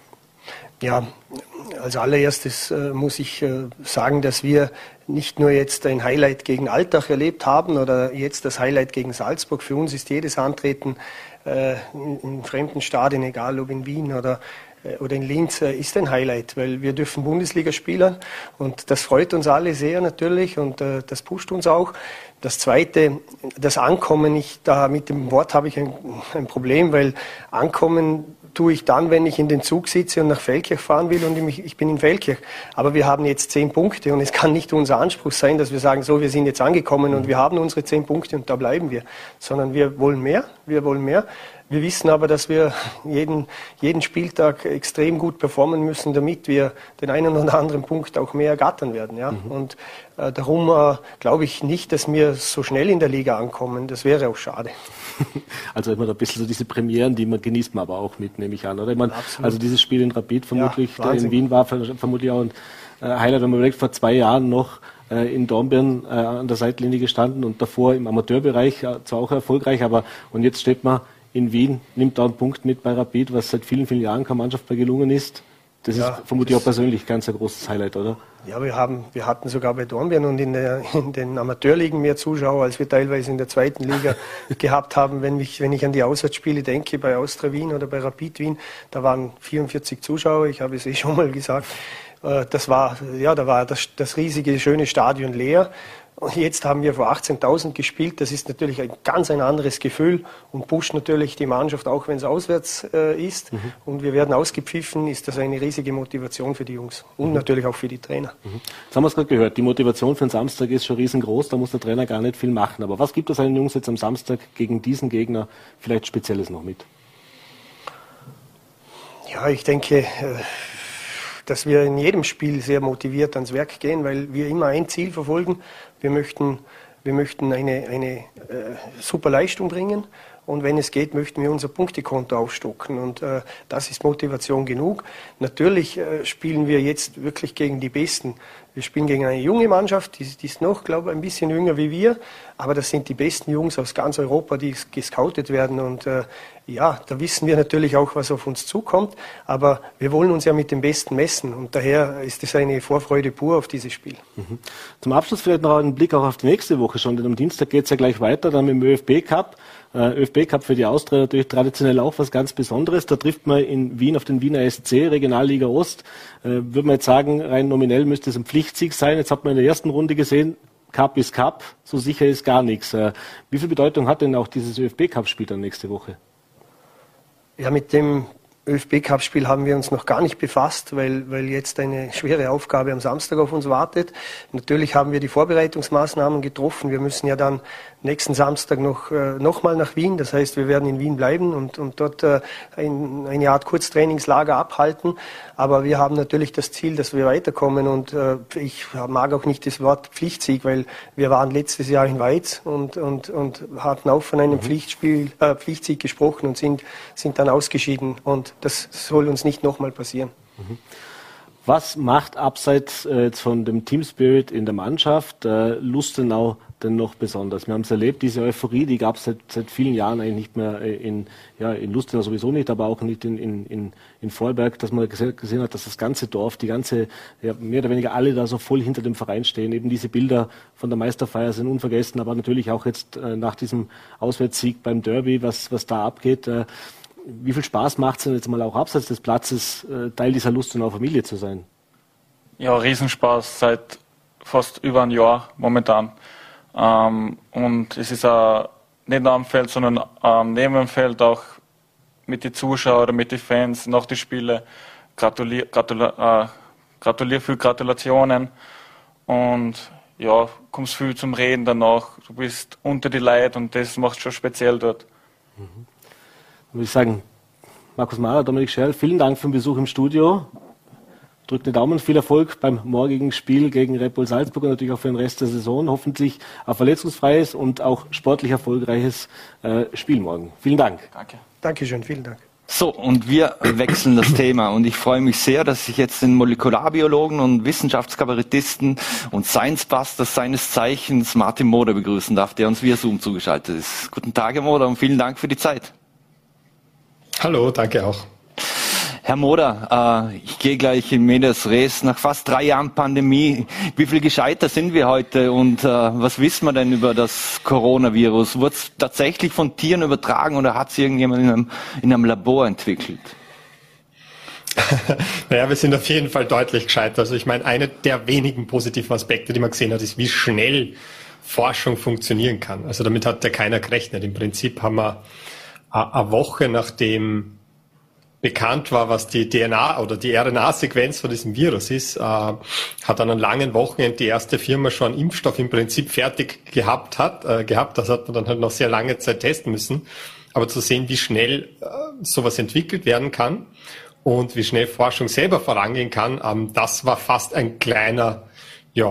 Ja, als allererstes äh, muss ich äh, sagen, dass wir nicht nur jetzt ein Highlight gegen Altach erlebt haben oder jetzt das Highlight gegen Salzburg. Für uns ist jedes Antreten äh, in, in fremden Stadien, egal ob in Wien oder, äh, oder in Linz, äh, ist ein Highlight, weil wir dürfen Bundesliga spielen und das freut uns alle sehr natürlich und äh, das pusht uns auch. Das Zweite, das Ankommen, ich, da mit dem Wort habe ich ein, ein Problem, weil Ankommen tue ich dann, wenn ich in den Zug sitze und nach Feldkirch fahren will und ich, ich bin in Feldkirch. Aber wir haben jetzt zehn Punkte und es kann nicht unser Anspruch sein, dass wir sagen, so, wir sind jetzt angekommen und wir haben unsere zehn Punkte und da bleiben wir. Sondern wir wollen mehr, wir wollen mehr. Wir wissen aber, dass wir jeden, jeden Spieltag extrem gut performen müssen, damit wir den einen oder anderen Punkt auch mehr ergattern werden. Ja? Mhm. Und äh, darum äh, glaube ich nicht, dass wir so schnell in der Liga ankommen. Das wäre auch schade. Also immer ein bisschen so diese Premieren, die man genießt man aber auch mit, nehme ich an. Oder? Ich meine, also dieses Spiel in Rapid vermutlich, ja, in Wien war vermutlich auch ein äh, Highlight, wenn man überlegt, vor zwei Jahren noch äh, in Dornbirn äh, an der Seitenlinie gestanden und davor im Amateurbereich, äh, zwar auch erfolgreich, aber und jetzt steht man in Wien, nimmt da einen Punkt mit bei Rapid, was seit vielen, vielen Jahren keine Mannschaft mehr gelungen ist. Das ja, ist vermutlich das auch persönlich ganz ein großes Highlight, oder? Ja, wir haben, wir hatten sogar bei Dornbirn und in, der, in den Amateurligen mehr Zuschauer, als wir teilweise in der zweiten Liga gehabt haben. Wenn ich, wenn ich an die Auswärtsspiele denke, bei Austria Wien oder bei Rapid Wien, da waren vierundvierzig Zuschauer, ich habe es eh schon mal gesagt. Das war, ja, da war das, das riesige, schöne Stadion leer. Und jetzt haben wir vor achtzehntausend gespielt. Das ist natürlich ein ganz ein anderes Gefühl und pusht natürlich die Mannschaft, auch wenn es auswärts äh, ist. Mhm. Und wir werden ausgepfiffen, ist das eine riesige Motivation für die Jungs und mhm. natürlich auch für die Trainer. Mhm. Jetzt haben wir es gerade gehört, die Motivation für den Samstag ist schon riesengroß, da muss der Trainer gar nicht viel machen. Aber was gibt es seinen Jungs jetzt am Samstag gegen diesen Gegner vielleicht Spezielles noch mit? Ja, ich denke, äh, dass wir in jedem Spiel sehr motiviert ans Werk gehen, weil wir immer ein Ziel verfolgen. Wir möchten, wir möchten eine, eine äh, super Leistung bringen und wenn es geht, möchten wir unser Punktekonto aufstocken und äh, das ist Motivation genug. Natürlich äh, spielen wir jetzt wirklich gegen die Besten. Wir spielen gegen eine junge Mannschaft, die, die ist noch, glaube ich, ein bisschen jünger wie wir, aber das sind die besten Jungs aus ganz Europa, die gescoutet werden und äh, ja, da wissen wir natürlich auch, was auf uns zukommt, aber wir wollen uns ja mit dem Besten messen und daher ist es eine Vorfreude pur auf dieses Spiel. Mhm. Zum Abschluss vielleicht noch einen Blick auch auf die nächste Woche schon, denn am Dienstag geht es ja gleich weiter, dann mit dem ÖFB Cup. Äh, ÖFB Cup für die Austria natürlich traditionell auch was ganz Besonderes. Da trifft man in Wien auf den Wiener S C, Regionalliga Ost. Äh, würde man jetzt sagen, rein nominell müsste es ein Pflichtsieg sein. Jetzt hat man in der ersten Runde gesehen, Cup ist Cup, so sicher ist gar nichts. Äh, wie viel Bedeutung hat denn auch dieses ÖFB Cup-Spiel dann nächste Woche? Ja, mit dem ÖFB-Cup-Spiel haben wir uns noch gar nicht befasst, weil, weil jetzt eine schwere Aufgabe am Samstag auf uns wartet. Natürlich haben wir die Vorbereitungsmaßnahmen getroffen. Wir müssen ja dann nächsten Samstag noch, äh, noch mal nach Wien. Das heißt, wir werden in Wien bleiben und, und dort äh, ein, eine Art Kurztrainingslager abhalten. Aber wir haben natürlich das Ziel, dass wir weiterkommen. Und äh, ich mag auch nicht das Wort Pflichtsieg, weil wir waren letztes Jahr in Weiz und, und, und hatten auch von einem mhm. Pflichtspiel, äh, Pflichtsieg gesprochen und sind, sind dann ausgeschieden. Und das soll uns nicht nochmal passieren. Was macht abseits äh, jetzt von dem Teamspirit in der Mannschaft äh, Lustenau denn noch besonders? Wir haben es erlebt, diese Euphorie, die gab es seit, seit vielen Jahren eigentlich nicht mehr in, ja, in Lustenau sowieso nicht, aber auch nicht in, in, in, in Vorarlberg, dass man gesehen hat, dass das ganze Dorf, die ganze, ja, mehr oder weniger alle da so voll hinter dem Verein stehen. Eben diese Bilder von der Meisterfeier sind unvergessen, aber natürlich auch jetzt äh, nach diesem Auswärtssieg beim Derby, was, was da abgeht. Äh, Wie viel Spaß macht es denn jetzt mal auch abseits des Platzes, Teil dieser Lustenauer Familie zu sein? Ja, Riesenspaß seit fast über ein Jahr momentan. Ähm, und es ist auch nicht nur am Feld, sondern ähm, neben dem Feld auch mit den Zuschauern oder mit den Fans nach den Spielen. Gratulier, gratulier, äh, gratulier viel Gratulationen und ja, kommst viel zum Reden danach. Du bist unter die Leute und das macht schon speziell dort. Mhm. Würde ich sagen, Markus Mahler, Dominik Scherl, vielen Dank für den Besuch im Studio. Drückt den Daumen, viel Erfolg beim morgigen Spiel gegen Red Bull Salzburg und natürlich auch für den Rest der Saison. Hoffentlich ein verletzungsfreies und auch sportlich erfolgreiches äh, Spiel morgen. Vielen Dank. Danke. Dankeschön, vielen Dank. So, und wir wechseln das Thema und ich freue mich sehr, dass ich jetzt den Molekularbiologen und Wissenschaftskabarettisten und Science-Busters seines Zeichens Martin Moder begrüßen darf, der uns via Zoom zugeschaltet ist. Guten Tag, Herr Moder, und vielen Dank für die Zeit. Hallo, danke auch. Herr Moder, äh, ich gehe gleich in medias res. Nach fast drei Jahren Pandemie, wie viel gescheiter sind wir heute und äh, was wissen wir denn über das Coronavirus? Wurde es tatsächlich von Tieren übertragen oder hat es irgendjemand in einem, in einem Labor entwickelt? Naja, wir sind auf jeden Fall deutlich gescheiter. Also ich meine, einer der wenigen positiven Aspekte, die man gesehen hat, ist, wie schnell Forschung funktionieren kann. Also damit hat ja keiner gerechnet. Im Prinzip haben wir eine Woche, nachdem bekannt war, was die D N A oder die R N A-Sequenz von diesem Virus ist, äh, hat an einem langen Wochenende die erste Firma schon einen Impfstoff im Prinzip fertig gehabt hat. Äh, gehabt. Das hat man dann halt noch sehr lange Zeit testen müssen. Aber zu sehen, wie schnell äh, sowas entwickelt werden kann und wie schnell Forschung selber vorangehen kann, ähm, das war fast ein kleiner, ja,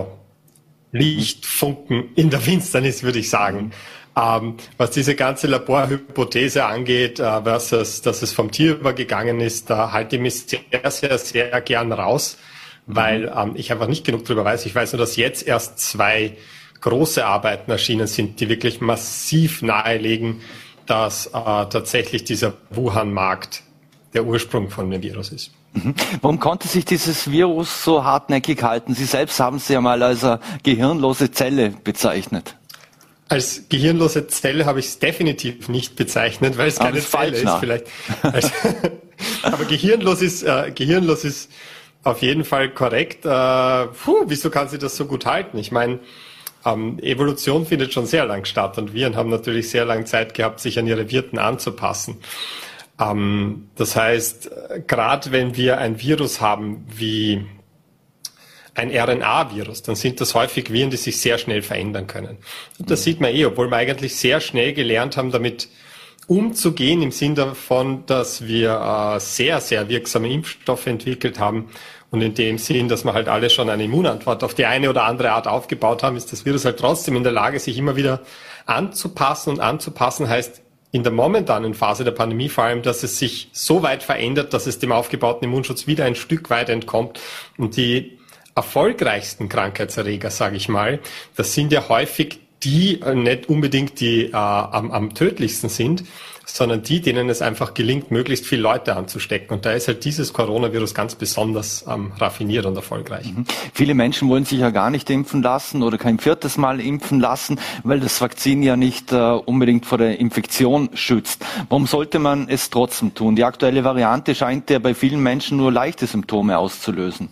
Lichtfunken in der Finsternis, würde ich sagen. Ähm, was diese ganze Laborhypothese angeht, äh, versus, dass es vom Tier übergegangen ist, da halte ich mich sehr, sehr, sehr gern raus, weil ähm, ich einfach nicht genug darüber weiß. Ich weiß nur, dass jetzt erst zwei große Arbeiten erschienen sind, die wirklich massiv nahelegen, dass äh, tatsächlich dieser Wuhan-Markt der Ursprung von dem Virus ist. Mhm. Warum konnte sich dieses Virus so hartnäckig halten? Sie selbst haben es ja mal als eine gehirnlose Zelle bezeichnet. Als gehirnlose Zelle habe ich es definitiv nicht bezeichnet, weil es keine Zelle ist. Vielleicht. Also, aber gehirnlos ist, äh, gehirnlos ist auf jeden Fall korrekt. Äh, puh, wieso kann sie das so gut halten? Ich meine, ähm, Evolution findet schon sehr lang statt und Viren haben natürlich sehr lange Zeit gehabt, sich an ihre Wirten anzupassen. Ähm, das heißt, äh, gerade wenn wir ein Virus haben wie ein R N A-Virus, dann sind das häufig Viren, die sich sehr schnell verändern können. Und das sieht man eh, obwohl wir eigentlich sehr schnell gelernt haben, damit umzugehen, im Sinn davon, dass wir äh, sehr, sehr wirksame Impfstoffe entwickelt haben. Und in dem Sinn, dass wir halt alle schon eine Immunantwort auf die eine oder andere Art aufgebaut haben, ist das Virus halt trotzdem in der Lage, sich immer wieder anzupassen. Und anzupassen heißt in der momentanen Phase der Pandemie vor allem, dass es sich so weit verändert, dass es dem aufgebauten Immunschutz wieder ein Stück weit entkommt. Und die erfolgreichsten Krankheitserreger, sage ich mal, das sind ja häufig die, nicht unbedingt die äh, am, am tödlichsten sind, sondern die, denen es einfach gelingt, möglichst viele Leute anzustecken. Und da ist halt dieses Coronavirus ganz besonders ähm, raffiniert und erfolgreich. Mhm. Viele Menschen wollen sich ja gar nicht impfen lassen oder kein viertes Mal impfen lassen, weil das Vakzin ja nicht äh, unbedingt vor der Infektion schützt. Warum sollte man es trotzdem tun? Die aktuelle Variante scheint ja bei vielen Menschen nur leichte Symptome auszulösen.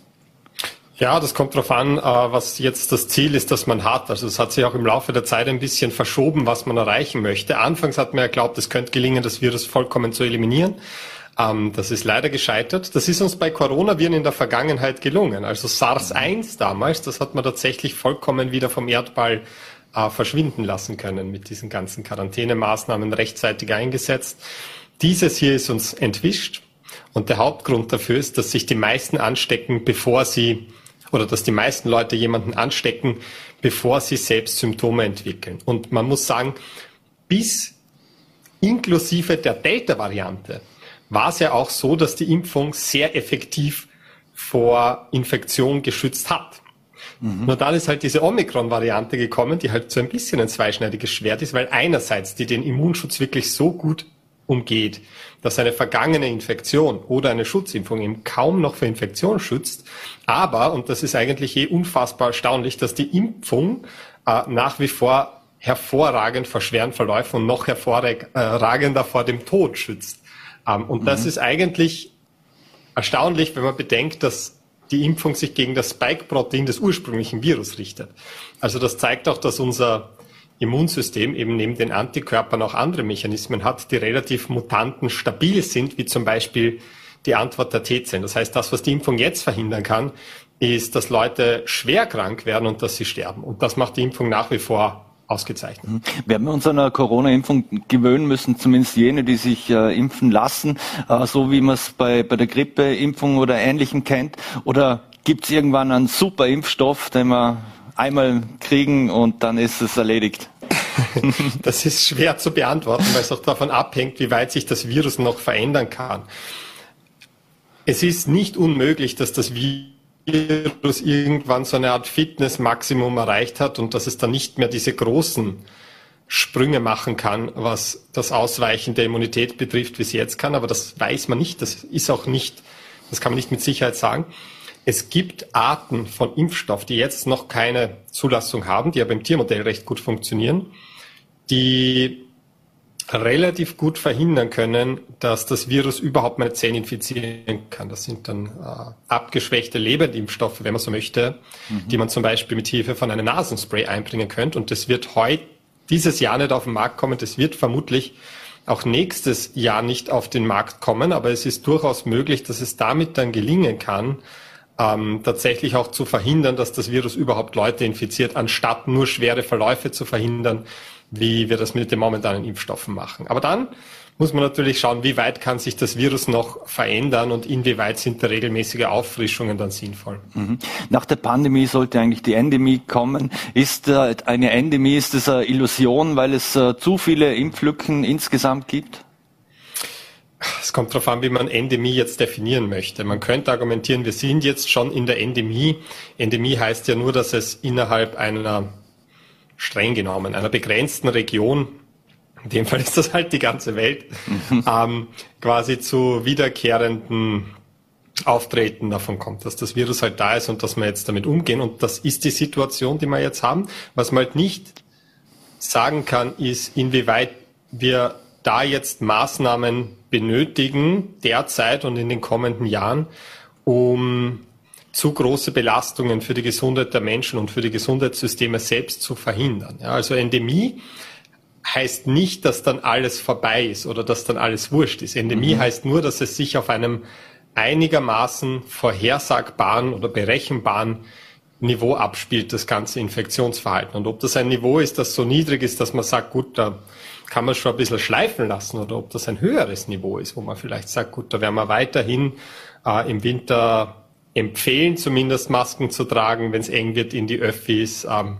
Ja, das kommt darauf an, was jetzt das Ziel ist, das man hat. Also es hat sich auch im Laufe der Zeit ein bisschen verschoben, was man erreichen möchte. Anfangs hat man ja geglaubt, es könnte gelingen, das Virus vollkommen zu eliminieren. Das ist leider gescheitert. Das ist uns bei Coronaviren in der Vergangenheit gelungen. Also SARS eins damals, das hat man tatsächlich vollkommen wieder vom Erdball verschwinden lassen können mit diesen ganzen Quarantänemaßnahmen rechtzeitig eingesetzt. Dieses hier ist uns entwischt. Und der Hauptgrund dafür ist, dass sich die meisten anstecken, bevor sie oder dass die meisten Leute jemanden anstecken, bevor sie selbst Symptome entwickeln. Und man muss sagen, bis inklusive der Delta-Variante war es ja auch so, dass die Impfung sehr effektiv vor Infektion geschützt hat. Mhm. Nur dann ist halt diese Omikron-Variante gekommen, die halt so ein bisschen ein zweischneidiges Schwert ist, weil einerseits die den Immunschutz wirklich so gut umgeht, dass eine vergangene Infektion oder eine Schutzimpfung eben kaum noch vor Infektion schützt. Aber, und das ist eigentlich eh unfassbar erstaunlich, dass die Impfung äh, nach wie vor hervorragend vor schweren Verläufen und noch hervorragender vor dem Tod schützt. Ähm, und mhm. das ist eigentlich erstaunlich, wenn man bedenkt, dass die Impfung sich gegen das Spike-Protein des ursprünglichen Virus richtet. Also das zeigt auch, dass unser Immunsystem eben neben den Antikörpern auch andere Mechanismen hat, die relativ mutanten stabil sind, wie zum Beispiel die Antwort der T-Zellen. Das heißt, das, was die Impfung jetzt verhindern kann, ist, dass Leute schwer krank werden und dass sie sterben. Und das macht die Impfung nach wie vor ausgezeichnet. Werden wir uns an einer Corona-Impfung gewöhnen müssen, zumindest jene, die sich äh, impfen lassen, äh, so wie man es bei, bei der Grippeimpfung oder Ähnlichem kennt? Oder gibt es irgendwann einen super Impfstoff, den wir einmal kriegen und dann ist es erledigt? Das ist schwer zu beantworten, weil es auch davon abhängt, wie weit sich das Virus noch verändern kann. Es ist nicht unmöglich, dass das Virus irgendwann so eine Art Fitness-Maximum erreicht hat und dass es dann nicht mehr diese großen Sprünge machen kann, was das Ausweichen der Immunität betrifft, wie es jetzt kann. Aber das weiß man nicht, das ist auch nicht, das kann man nicht mit Sicherheit sagen. Es gibt Arten von Impfstoff, die jetzt noch keine Zulassung haben, die aber im Tiermodell recht gut funktionieren, die relativ gut verhindern können, dass das Virus überhaupt meine Zellen infizieren kann. Das sind dann äh, abgeschwächte Lebendimpfstoffe, wenn man so möchte, mhm. die man zum Beispiel mit Hilfe von einem Nasenspray einbringen könnte. Und das wird heute, dieses Jahr nicht auf den Markt kommen. Das wird vermutlich auch nächstes Jahr nicht auf den Markt kommen. Aber es ist durchaus möglich, dass es damit dann gelingen kann, Ähm, tatsächlich auch zu verhindern, dass das Virus überhaupt Leute infiziert, anstatt nur schwere Verläufe zu verhindern, wie wir das mit den momentanen Impfstoffen machen. Aber dann muss man natürlich schauen, wie weit kann sich das Virus noch verändern und inwieweit sind da regelmäßige Auffrischungen dann sinnvoll. Mhm. Nach der Pandemie sollte eigentlich die Endemie kommen. Ist äh, eine Endemie, ist das eine Illusion, weil es äh, zu viele Impflücken insgesamt gibt? Es kommt darauf an, wie man Endemie jetzt definieren möchte. Man könnte argumentieren, wir sind jetzt schon in der Endemie. Endemie heißt ja nur, dass es innerhalb einer, streng genommen, einer begrenzten Region, in dem Fall ist das halt die ganze Welt, mhm. ähm, quasi zu wiederkehrenden Auftreten davon kommt, dass das Virus halt da ist und dass wir jetzt damit umgehen. Und das ist die Situation, die wir jetzt haben. Was man halt nicht sagen kann, ist, inwieweit wir da jetzt Maßnahmen benötigen, derzeit und in den kommenden Jahren, um zu große Belastungen für die Gesundheit der Menschen und für die Gesundheitssysteme selbst zu verhindern. Ja, also Endemie heißt nicht, dass dann alles vorbei ist oder dass dann alles wurscht ist. Endemie mhm. heißt nur, dass es sich auf einem einigermaßen vorhersagbaren oder berechenbaren Niveau abspielt, das ganze Infektionsverhalten. Und ob das ein Niveau ist, das so niedrig ist, dass man sagt, gut, da kann man schon ein bisschen schleifen lassen, oder ob das ein höheres Niveau ist, wo man vielleicht sagt, gut, da werden wir weiterhin äh, im Winter empfehlen, zumindest Masken zu tragen, wenn es eng wird in die Öffis, ähm,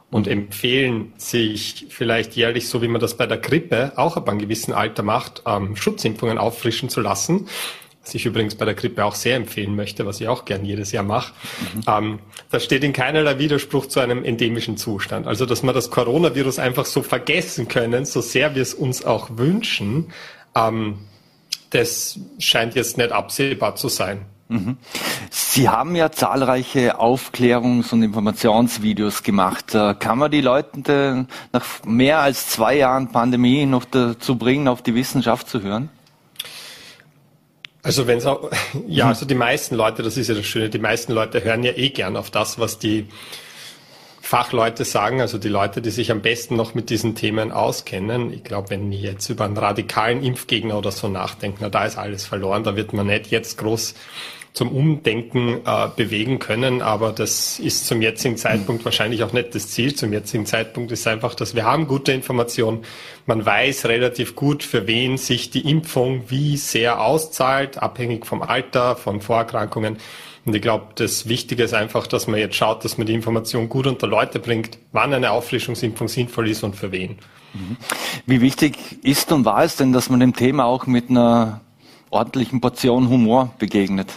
und empfehlen, sich vielleicht jährlich, so wie man das bei der Grippe auch ab einem gewissen Alter macht, ähm, Schutzimpfungen auffrischen zu lassen. Was ich übrigens bei der Grippe auch sehr empfehlen möchte, was ich auch gern jedes Jahr mache. Mhm. Ähm, das steht in keinerlei Widerspruch zu einem endemischen Zustand. Also, dass wir das Coronavirus einfach so vergessen können, so sehr wir es uns auch wünschen, ähm, das scheint jetzt nicht absehbar zu sein. Mhm. Sie haben ja zahlreiche Aufklärungs- und Informationsvideos gemacht. Kann man die Leute nach mehr als zwei Jahren Pandemie noch dazu bringen, auf die Wissenschaft zu hören? Also wenn es auch, ja, also die meisten Leute, das ist ja das Schöne, die meisten Leute hören ja eh gern auf das, was die Fachleute sagen, also die Leute, die sich am besten noch mit diesen Themen auskennen. Ich glaube, wenn die jetzt über einen radikalen Impfgegner oder so nachdenken, na, da ist alles verloren, da wird man nicht jetzt groß zum Umdenken äh, bewegen können, aber das ist zum jetzigen Zeitpunkt wahrscheinlich auch nicht das Ziel. Zum jetzigen Zeitpunkt ist einfach, dass wir haben gute Informationen. Man weiß relativ gut, für wen sich die Impfung wie sehr auszahlt, abhängig vom Alter, von Vorerkrankungen. Und ich glaube, das Wichtige ist einfach, dass man jetzt schaut, dass man die Information gut unter Leute bringt, wann eine Auffrischungsimpfung sinnvoll ist und für wen. Wie wichtig ist und war es denn, dass man dem Thema auch mit einer ordentlichen Portion Humor begegnet?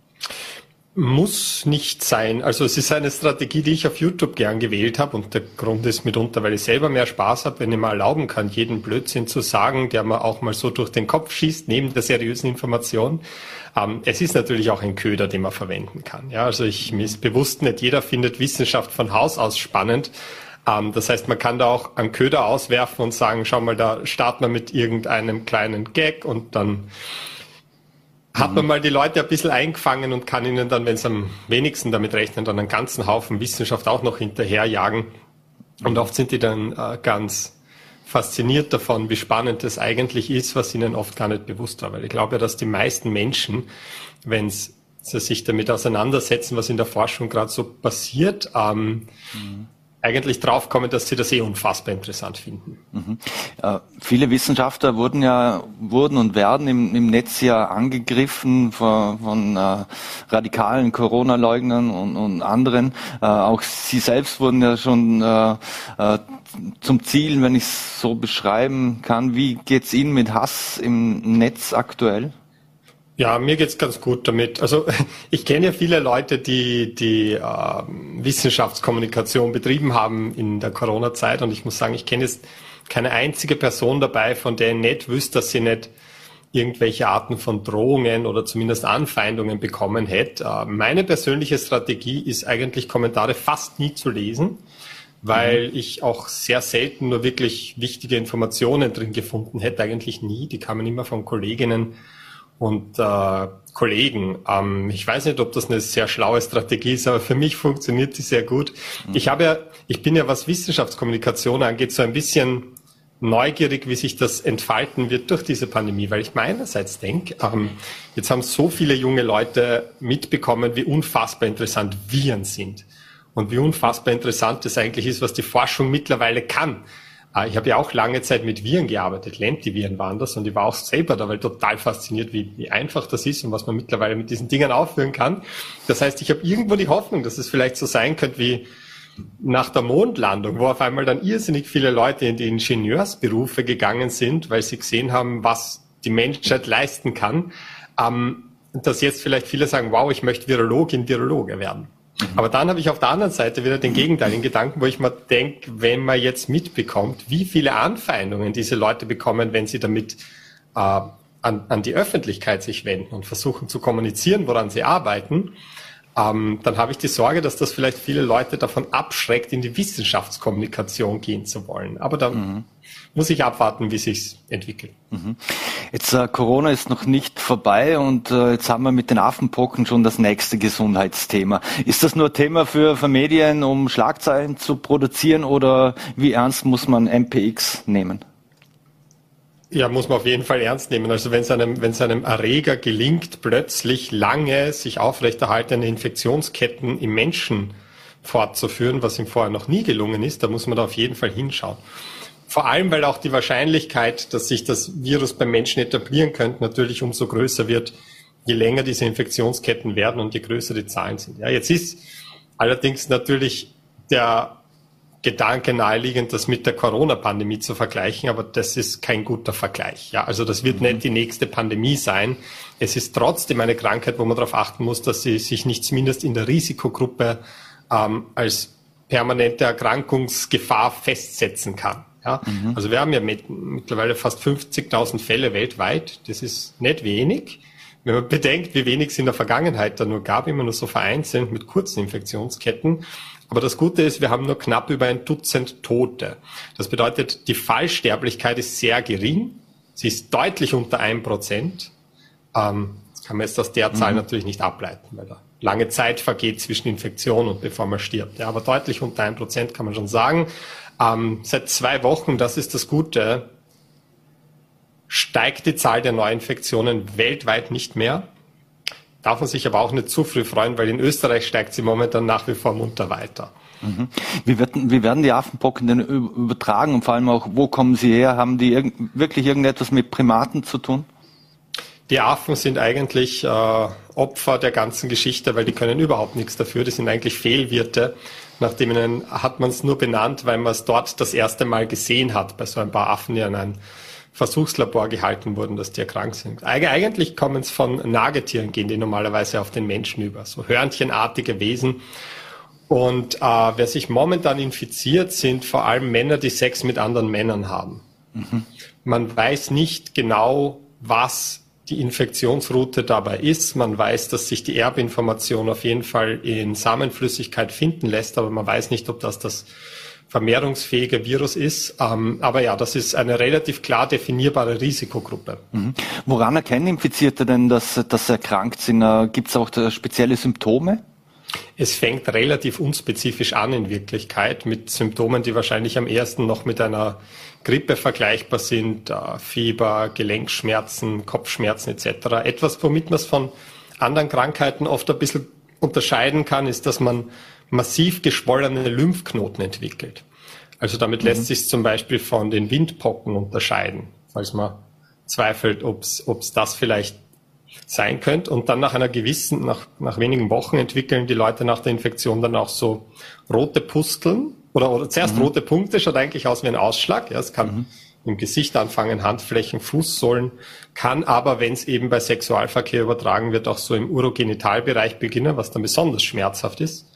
Muss nicht sein. Also es ist eine Strategie, die ich auf YouTube gern gewählt habe und der Grund ist mitunter, weil ich selber mehr Spaß habe, wenn ich mal erlauben kann, jeden Blödsinn zu sagen, der mir auch mal so durch den Kopf schießt, neben der seriösen Information. Ähm, es ist natürlich auch ein Köder, den man verwenden kann. Ja, also ich, mir ist bewusst, nicht jeder findet Wissenschaft von Haus aus spannend. Ähm, das heißt, man kann da auch einen Köder auswerfen und sagen, schau mal, da starten wir mit irgendeinem kleinen Gag und dann hat man mal die Leute ein bisschen eingefangen und kann ihnen dann, wenn sie am wenigsten damit rechnen, dann einen ganzen Haufen Wissenschaft auch noch hinterherjagen. Und oft sind die dann äh, ganz fasziniert davon, wie spannend das eigentlich ist, was ihnen oft gar nicht bewusst war. Weil ich glaube ja, dass die meisten Menschen, wenn sie sich damit auseinandersetzen, was in der Forschung gerade so passiert, ähm, mhm. eigentlich draufkommen, dass sie das eh unfassbar interessant finden. Mhm. Äh, viele Wissenschaftler wurden ja wurden und werden im, im Netz ja angegriffen von, von äh, radikalen Corona-Leugnern und, und anderen. Äh, auch Sie selbst wurden ja schon äh, äh, zum Ziel, wenn ich es so beschreiben kann. Wie geht's Ihnen mit Hass im Netz aktuell? Ja, mir geht's ganz gut damit. Also ich kenne ja viele Leute, die die äh, Wissenschaftskommunikation betrieben haben in der Corona-Zeit und ich muss sagen, ich kenne jetzt keine einzige Person dabei, von der ich nicht wüsste, dass sie nicht irgendwelche Arten von Drohungen oder zumindest Anfeindungen bekommen hätte. Äh, meine persönliche Strategie ist eigentlich, Kommentare fast nie zu lesen, weil mhm. ich auch sehr selten nur wirklich wichtige Informationen drin gefunden hätte, eigentlich nie. Die kamen immer von Kolleginnen und äh, Kollegen. Ähm, ich weiß nicht, ob das eine sehr schlaue Strategie ist, aber für mich funktioniert die sehr gut. Mhm. Ich habe ja, ich bin ja, was Wissenschaftskommunikation angeht, so ein bisschen neugierig, wie sich das entfalten wird durch diese Pandemie, weil ich meinerseits denke, ähm, jetzt haben so viele junge Leute mitbekommen, wie unfassbar interessant Viren sind und wie unfassbar interessant das eigentlich ist, was die Forschung mittlerweile kann. Ich habe ja auch lange Zeit mit Viren gearbeitet, Lentiviren waren das, und ich war auch selber dabei total fasziniert, wie, wie einfach das ist und was man mittlerweile mit diesen Dingern aufführen kann. Das heißt, ich habe irgendwo die Hoffnung, dass es vielleicht so sein könnte wie nach der Mondlandung, wo auf einmal dann irrsinnig viele Leute in die Ingenieursberufe gegangen sind, weil sie gesehen haben, was die Menschheit leisten kann. Ähm, dass jetzt vielleicht viele sagen, wow, ich möchte Virologin, Virologe werden. Aber dann habe ich auf der anderen Seite wieder den gegenteiligen Gedanken, wo ich mir denke, wenn man jetzt mitbekommt, wie viele Anfeindungen diese Leute bekommen, wenn sie damit äh, an, an die Öffentlichkeit sich wenden und versuchen zu kommunizieren, woran sie arbeiten, ähm, dann habe ich die Sorge, dass das vielleicht viele Leute davon abschreckt, in die Wissenschaftskommunikation gehen zu wollen. Aber da mhm. muss ich abwarten, wie sich's entwickelt. Mhm. Jetzt äh, Corona ist noch nicht vorbei und äh, jetzt haben wir mit den Affenpocken schon das nächste Gesundheitsthema. Ist das nur Thema für, für Medien, um Schlagzeilen zu produzieren, oder wie ernst muss man M P X nehmen? Ja, muss man auf jeden Fall ernst nehmen. Also wenn es einem, wenn es einem Erreger gelingt, plötzlich lange sich aufrechterhaltende Infektionsketten im Menschen fortzuführen, was ihm vorher noch nie gelungen ist, da muss man da auf jeden Fall hinschauen. Vor allem, weil auch die Wahrscheinlichkeit, dass sich das Virus beim Menschen etablieren könnte, natürlich umso größer wird, je länger diese Infektionsketten werden und je größer die Zahlen sind. Ja, jetzt ist allerdings natürlich der Gedanke naheliegend, das mit der Corona-Pandemie zu vergleichen, aber das ist kein guter Vergleich. Ja, also das wird mhm. nicht die nächste Pandemie sein. Es ist trotzdem eine Krankheit, wo man darauf achten muss, dass sie sich nicht zumindest in der Risikogruppe ähm, als permanente Erkrankungsgefahr festsetzen kann. Ja, mhm. also wir haben ja mit, mittlerweile fast fünfzigtausend Fälle weltweit. Das ist nicht wenig. Wenn man bedenkt, wie wenig es in der Vergangenheit da nur gab, immer nur so vereinzelt mit kurzen Infektionsketten. Aber das Gute ist, wir haben nur knapp über ein Dutzend Tote. Das bedeutet, die Fallsterblichkeit ist sehr gering. Sie ist deutlich unter ein Prozent. Ähm, das kann man jetzt aus der Zahl mhm. natürlich nicht ableiten, weil da lange Zeit vergeht zwischen Infektion und bevor man stirbt. Ja, aber deutlich unter ein Prozent kann man schon sagen. Ähm, seit zwei Wochen, das ist das Gute, steigt die Zahl der Neuinfektionen weltweit nicht mehr. Darf man sich aber auch nicht zu früh freuen, weil in Österreich steigt sie momentan nach wie vor munter weiter. Mhm. Wie, wird, wie werden die Affenpocken denn übertragen und vor allem auch, wo kommen sie her? Haben die irg- wirklich irgendetwas mit Primaten zu tun? Die Affen sind eigentlich äh, Opfer der ganzen Geschichte, weil die können überhaupt nichts dafür. Die sind eigentlich Fehlwirte. Nach denen hat man es nur benannt, weil man es dort das erste Mal gesehen hat, bei so ein paar Affen, die an ein Versuchslabor gehalten wurden, dass die erkrankt sind. Eig- eigentlich kommen es von Nagetieren, gehen die normalerweise auf den Menschen über, so hörnchenartige Wesen. Und äh, wer sich momentan infiziert, sind vor allem Männer, die Sex mit anderen Männern haben. Mhm. Man weiß nicht genau, was die Infektionsroute dabei ist. Man weiß, dass sich die Erbinformation auf jeden Fall in Samenflüssigkeit finden lässt, aber man weiß nicht, ob das das vermehrungsfähige Virus ist. Ähm, aber ja, das ist eine relativ klar definierbare Risikogruppe. Mhm. Woran erkennen Infizierte denn, dass, dass sie erkrankt sind? Äh, Gibt es auch spezielle Symptome? Es fängt relativ unspezifisch an in Wirklichkeit mit Symptomen, die wahrscheinlich am ersten noch mit einer Grippe vergleichbar sind, äh, Fieber, Gelenkschmerzen, Kopfschmerzen et cetera. Etwas, womit man es von anderen Krankheiten oft ein bisschen unterscheiden kann, ist, dass man massiv geschwollene Lymphknoten entwickelt. Also damit mhm. lässt sich zum Beispiel von den Windpocken unterscheiden, falls man zweifelt, ob es das vielleicht sein könnte. Und dann nach einer gewissen, nach, nach wenigen Wochen entwickeln die Leute nach der Infektion dann auch so rote Pusteln oder, oder zuerst mhm. rote Punkte, schaut eigentlich aus wie ein Ausschlag. Ja, es kann mhm. im Gesicht anfangen, Handflächen, Fußsohlen, kann aber, wenn es eben bei Sexualverkehr übertragen wird, auch so im Urogenitalbereich beginnen, was dann besonders schmerzhaft ist.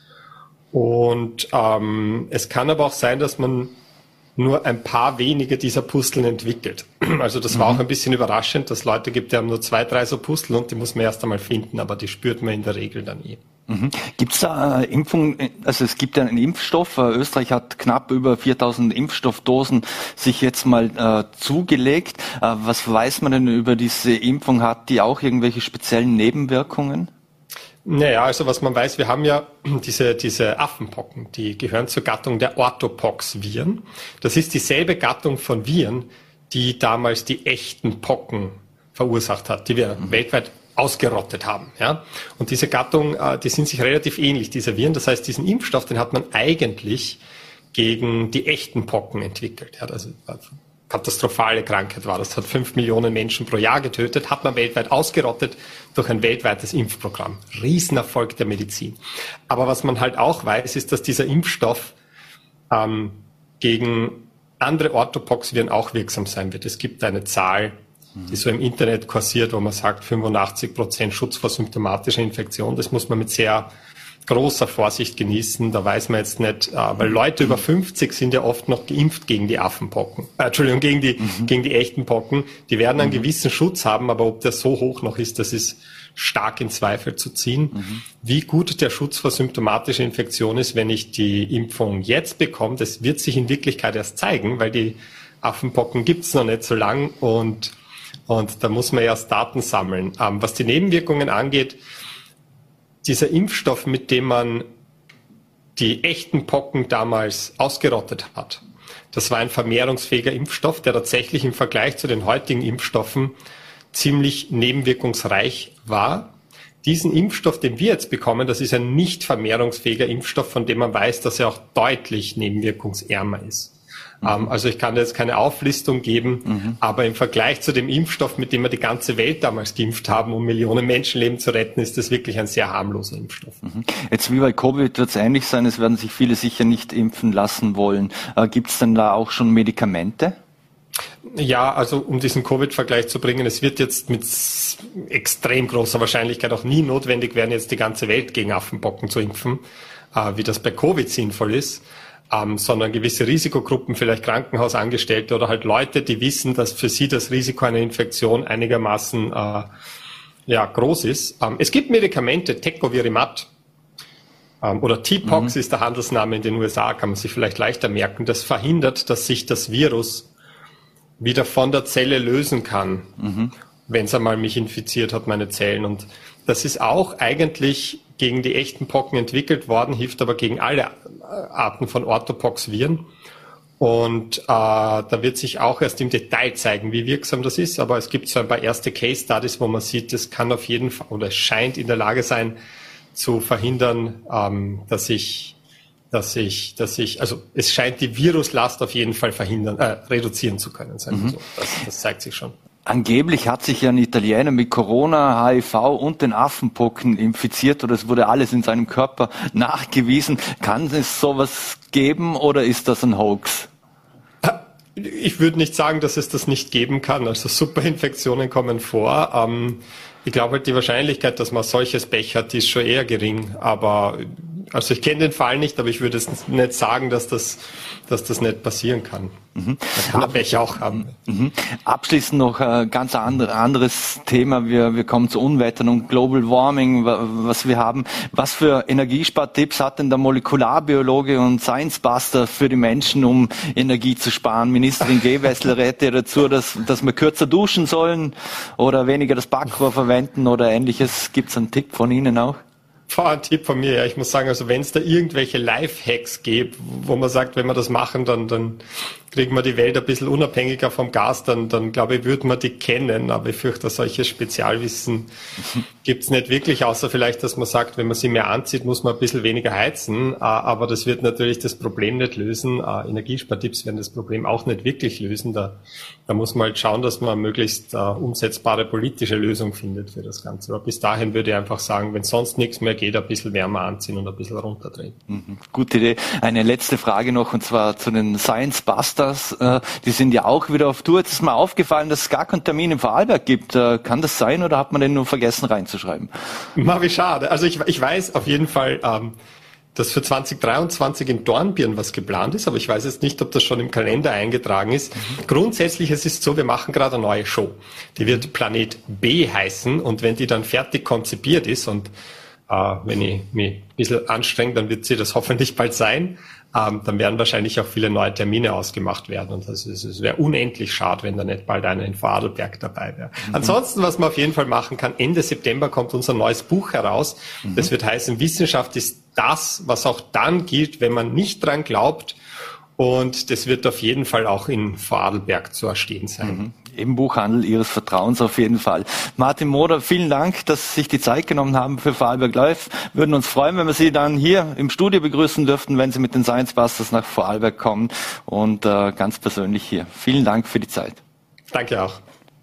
Und ähm, es kann aber auch sein, dass man nur ein paar wenige dieser Pusteln entwickelt. Also das war mhm. auch ein bisschen überraschend, dass es Leute gibt, die haben nur zwei, drei so Pusteln und die muss man erst einmal finden, aber die spürt man in der Regel dann eh. Mhm. Gibt es da äh, Impfungen, also es gibt ja einen Impfstoff, äh, Österreich hat knapp über viertausend Impfstoffdosen sich jetzt mal äh, zugelegt. Äh, was weiß man denn über diese Impfung? Hat die auch irgendwelche speziellen Nebenwirkungen? Naja, also was man weiß, wir haben ja diese, diese Affenpocken, die gehören zur Gattung der Orthopox-Viren. Das ist dieselbe Gattung von Viren, die damals die echten Pocken verursacht hat, die wir mhm. weltweit ausgerottet haben. Ja? Und diese Gattung, die sind sich relativ ähnlich, diese Viren. Das heißt, diesen Impfstoff, den hat man eigentlich gegen die echten Pocken entwickelt. Ja, also katastrophale Krankheit war. Das hat fünf Millionen Menschen pro Jahr getötet, hat man weltweit ausgerottet durch ein weltweites Impfprogramm. Riesenerfolg der Medizin. Aber was man halt auch weiß, ist, dass dieser Impfstoff ähm, gegen andere Orthopox-Viren auch wirksam sein wird. Es gibt eine Zahl, die so im Internet kursiert, wo man sagt, fünfundachtzig Prozent Schutz vor symptomatischer Infektion. Das muss man mit sehr großer Vorsicht genießen. Da weiß man jetzt nicht, äh, weil Leute über fünfzig sind ja oft noch geimpft gegen die Affenpocken. Äh, Entschuldigung, gegen die, mhm. gegen die echten Pocken. Die werden einen mhm. gewissen Schutz haben, aber ob der so hoch noch ist, das ist stark in Zweifel zu ziehen. Mhm. Wie gut der Schutz vor symptomatischer Infektion ist, wenn ich die Impfung jetzt bekomme, das wird sich in Wirklichkeit erst zeigen, weil die Affenpocken gibt's noch nicht so lang und, und da muss man erst Daten sammeln. Ähm, was die Nebenwirkungen angeht, dieser Impfstoff, mit dem man die echten Pocken damals ausgerottet hat, das war ein vermehrungsfähiger Impfstoff, der tatsächlich im Vergleich zu den heutigen Impfstoffen ziemlich nebenwirkungsreich war. Diesen Impfstoff, den wir jetzt bekommen, das ist ein nicht vermehrungsfähiger Impfstoff, von dem man weiß, dass er auch deutlich nebenwirkungsärmer ist. Mhm. Ähm, also ich kann jetzt keine Auflistung geben, mhm. aber im Vergleich zu dem Impfstoff, mit dem wir die ganze Welt damals geimpft haben, um Millionen Menschenleben zu retten, ist das wirklich ein sehr harmloser Impfstoff. Mhm. Jetzt wie bei Covid wird es ähnlich sein, es werden sich viele sicher nicht impfen lassen wollen. Äh, gibt es denn da auch schon Medikamente? Ja, also um diesen Covid-Vergleich zu bringen, es wird jetzt mit extrem großer Wahrscheinlichkeit auch nie notwendig werden, jetzt die ganze Welt gegen Affenpocken zu impfen, äh, wie das bei Covid sinnvoll ist, ähm, sondern gewisse Risikogruppen, vielleicht Krankenhausangestellte oder halt Leute, die wissen, dass für sie das Risiko einer Infektion einigermaßen äh, ja groß ist. Ähm, es gibt Medikamente, Tecovirimat ähm, oder T-Pox mhm. ist der Handelsname in den U S A, kann man sich vielleicht leichter merken. Das verhindert, dass sich das Virus wieder von der Zelle lösen kann, mhm. wenn es einmal mich infiziert hat, meine Zellen. Und das ist auch eigentlich gegen die echten Pocken entwickelt worden, hilft aber gegen alle Arten von Orthopox-Viren. Und äh, da wird sich auch erst im Detail zeigen, wie wirksam das ist. Aber es gibt so ein paar erste Case-Studies, wo man sieht, das kann auf jeden Fall oder es scheint in der Lage sein, zu verhindern, ähm, dass ich dass ich, dass ich, also es scheint die Viruslast auf jeden Fall verhindern, äh, reduzieren zu können. Sagen wir mhm. so. Das, das zeigt sich schon. Angeblich hat sich ja ein Italiener mit Corona, H I V und den Affenpocken infiziert oder es wurde alles in seinem Körper nachgewiesen. Kann es sowas geben oder ist das ein Hoax? Ich würde nicht sagen, dass es das nicht geben kann. Also Superinfektionen kommen vor. Ähm, ich glaube halt, die Wahrscheinlichkeit, dass man solches Pech hat, die ist schon eher gering. Aber also ich kenne den Fall nicht, aber ich würde es nicht sagen, dass das, dass das nicht passieren kann. Mhm. Das kann Pech auch haben. Mhm. Abschließend noch ein ganz andere, anderes Thema. Wir, wir kommen zu Unwettern und Global Warming, was wir haben. Was für Energiespartipps hat denn der Molekularbiologe und Science Buster für die Menschen, um Energie zu sparen? Ministerin Gewessler rät ja dazu, dass, dass wir kürzer duschen sollen oder weniger das Backrohr verwenden oder ähnliches. Gibt es einen Tipp von Ihnen auch? Ein Tipp von mir, ja, ich muss sagen, also wenn es da irgendwelche Lifehacks gibt, wo man sagt, wenn wir das machen, dann, dann kriegen wir die Welt ein bisschen unabhängiger vom Gas, dann, dann glaube ich, würde man die kennen. Aber ich fürchte, solches Spezialwissen gibt's nicht wirklich, außer vielleicht, dass man sagt, wenn man sie mehr anzieht, muss man ein bisschen weniger heizen. Aber das wird natürlich das Problem nicht lösen. Energiespartipps werden das Problem auch nicht wirklich lösen. Da, da muss man halt schauen, dass man eine möglichst uh, umsetzbare politische Lösung findet für das Ganze. Aber bis dahin würde ich einfach sagen, wenn sonst nichts mehr geht, ein bisschen wärmer anziehen und ein bisschen runterdrehen. Mhm. Gute Idee. Eine letzte Frage noch, und zwar zu den Science Busters. Die sind ja auch wieder auf Tour. Jetzt ist mir aufgefallen, dass es gar keinen Termin in Vorarlberg gibt. Kann das sein oder hat man den nur vergessen reinzuschreiben? Na, wie schade. Also ich, ich weiß auf jeden Fall, ähm, dass für zwanzig dreiundzwanzig in Dornbirn was geplant ist, aber ich weiß jetzt nicht, ob das schon im Kalender eingetragen ist. Mhm. Grundsätzlich es ist so, wir machen gerade eine neue Show. Die wird Planet B heißen und wenn die dann fertig konzipiert ist und äh, wenn ich mich ein bisschen anstrenge, dann wird sie das hoffentlich bald sein. Ähm, dann werden wahrscheinlich auch viele neue Termine ausgemacht werden. Und das ist, es wäre unendlich schade, wenn da nicht bald einer in Vorarlberg dabei wäre. Mhm. Ansonsten, was man auf jeden Fall machen kann, Ende September kommt unser neues Buch heraus. Mhm. Das wird heißen, Wissenschaft ist das, was auch dann gilt, wenn man nicht dran glaubt. Und das wird auf jeden Fall auch in Vorarlberg zu erstehen sein. Mhm. Im Buchhandel Ihres Vertrauens auf jeden Fall. Martin Moder, vielen Dank, dass Sie sich die Zeit genommen haben für Vorarlberg Live. Würden uns freuen, wenn wir Sie dann hier im Studio begrüßen dürften, wenn Sie mit den Science Busters nach Vorarlberg kommen und äh, ganz persönlich hier. Vielen Dank für die Zeit. Danke auch.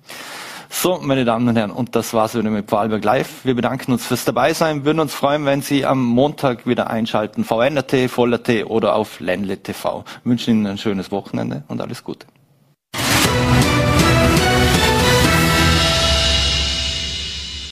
So, meine Damen und Herren, und das war's wieder mit Vorarlberg Live. Wir bedanken uns fürs Dabeisein, würden uns freuen, wenn Sie am Montag wieder einschalten. V N R T, Voll.at oder auf Ländle T V. Wir wünschen Ihnen ein schönes Wochenende und alles Gute.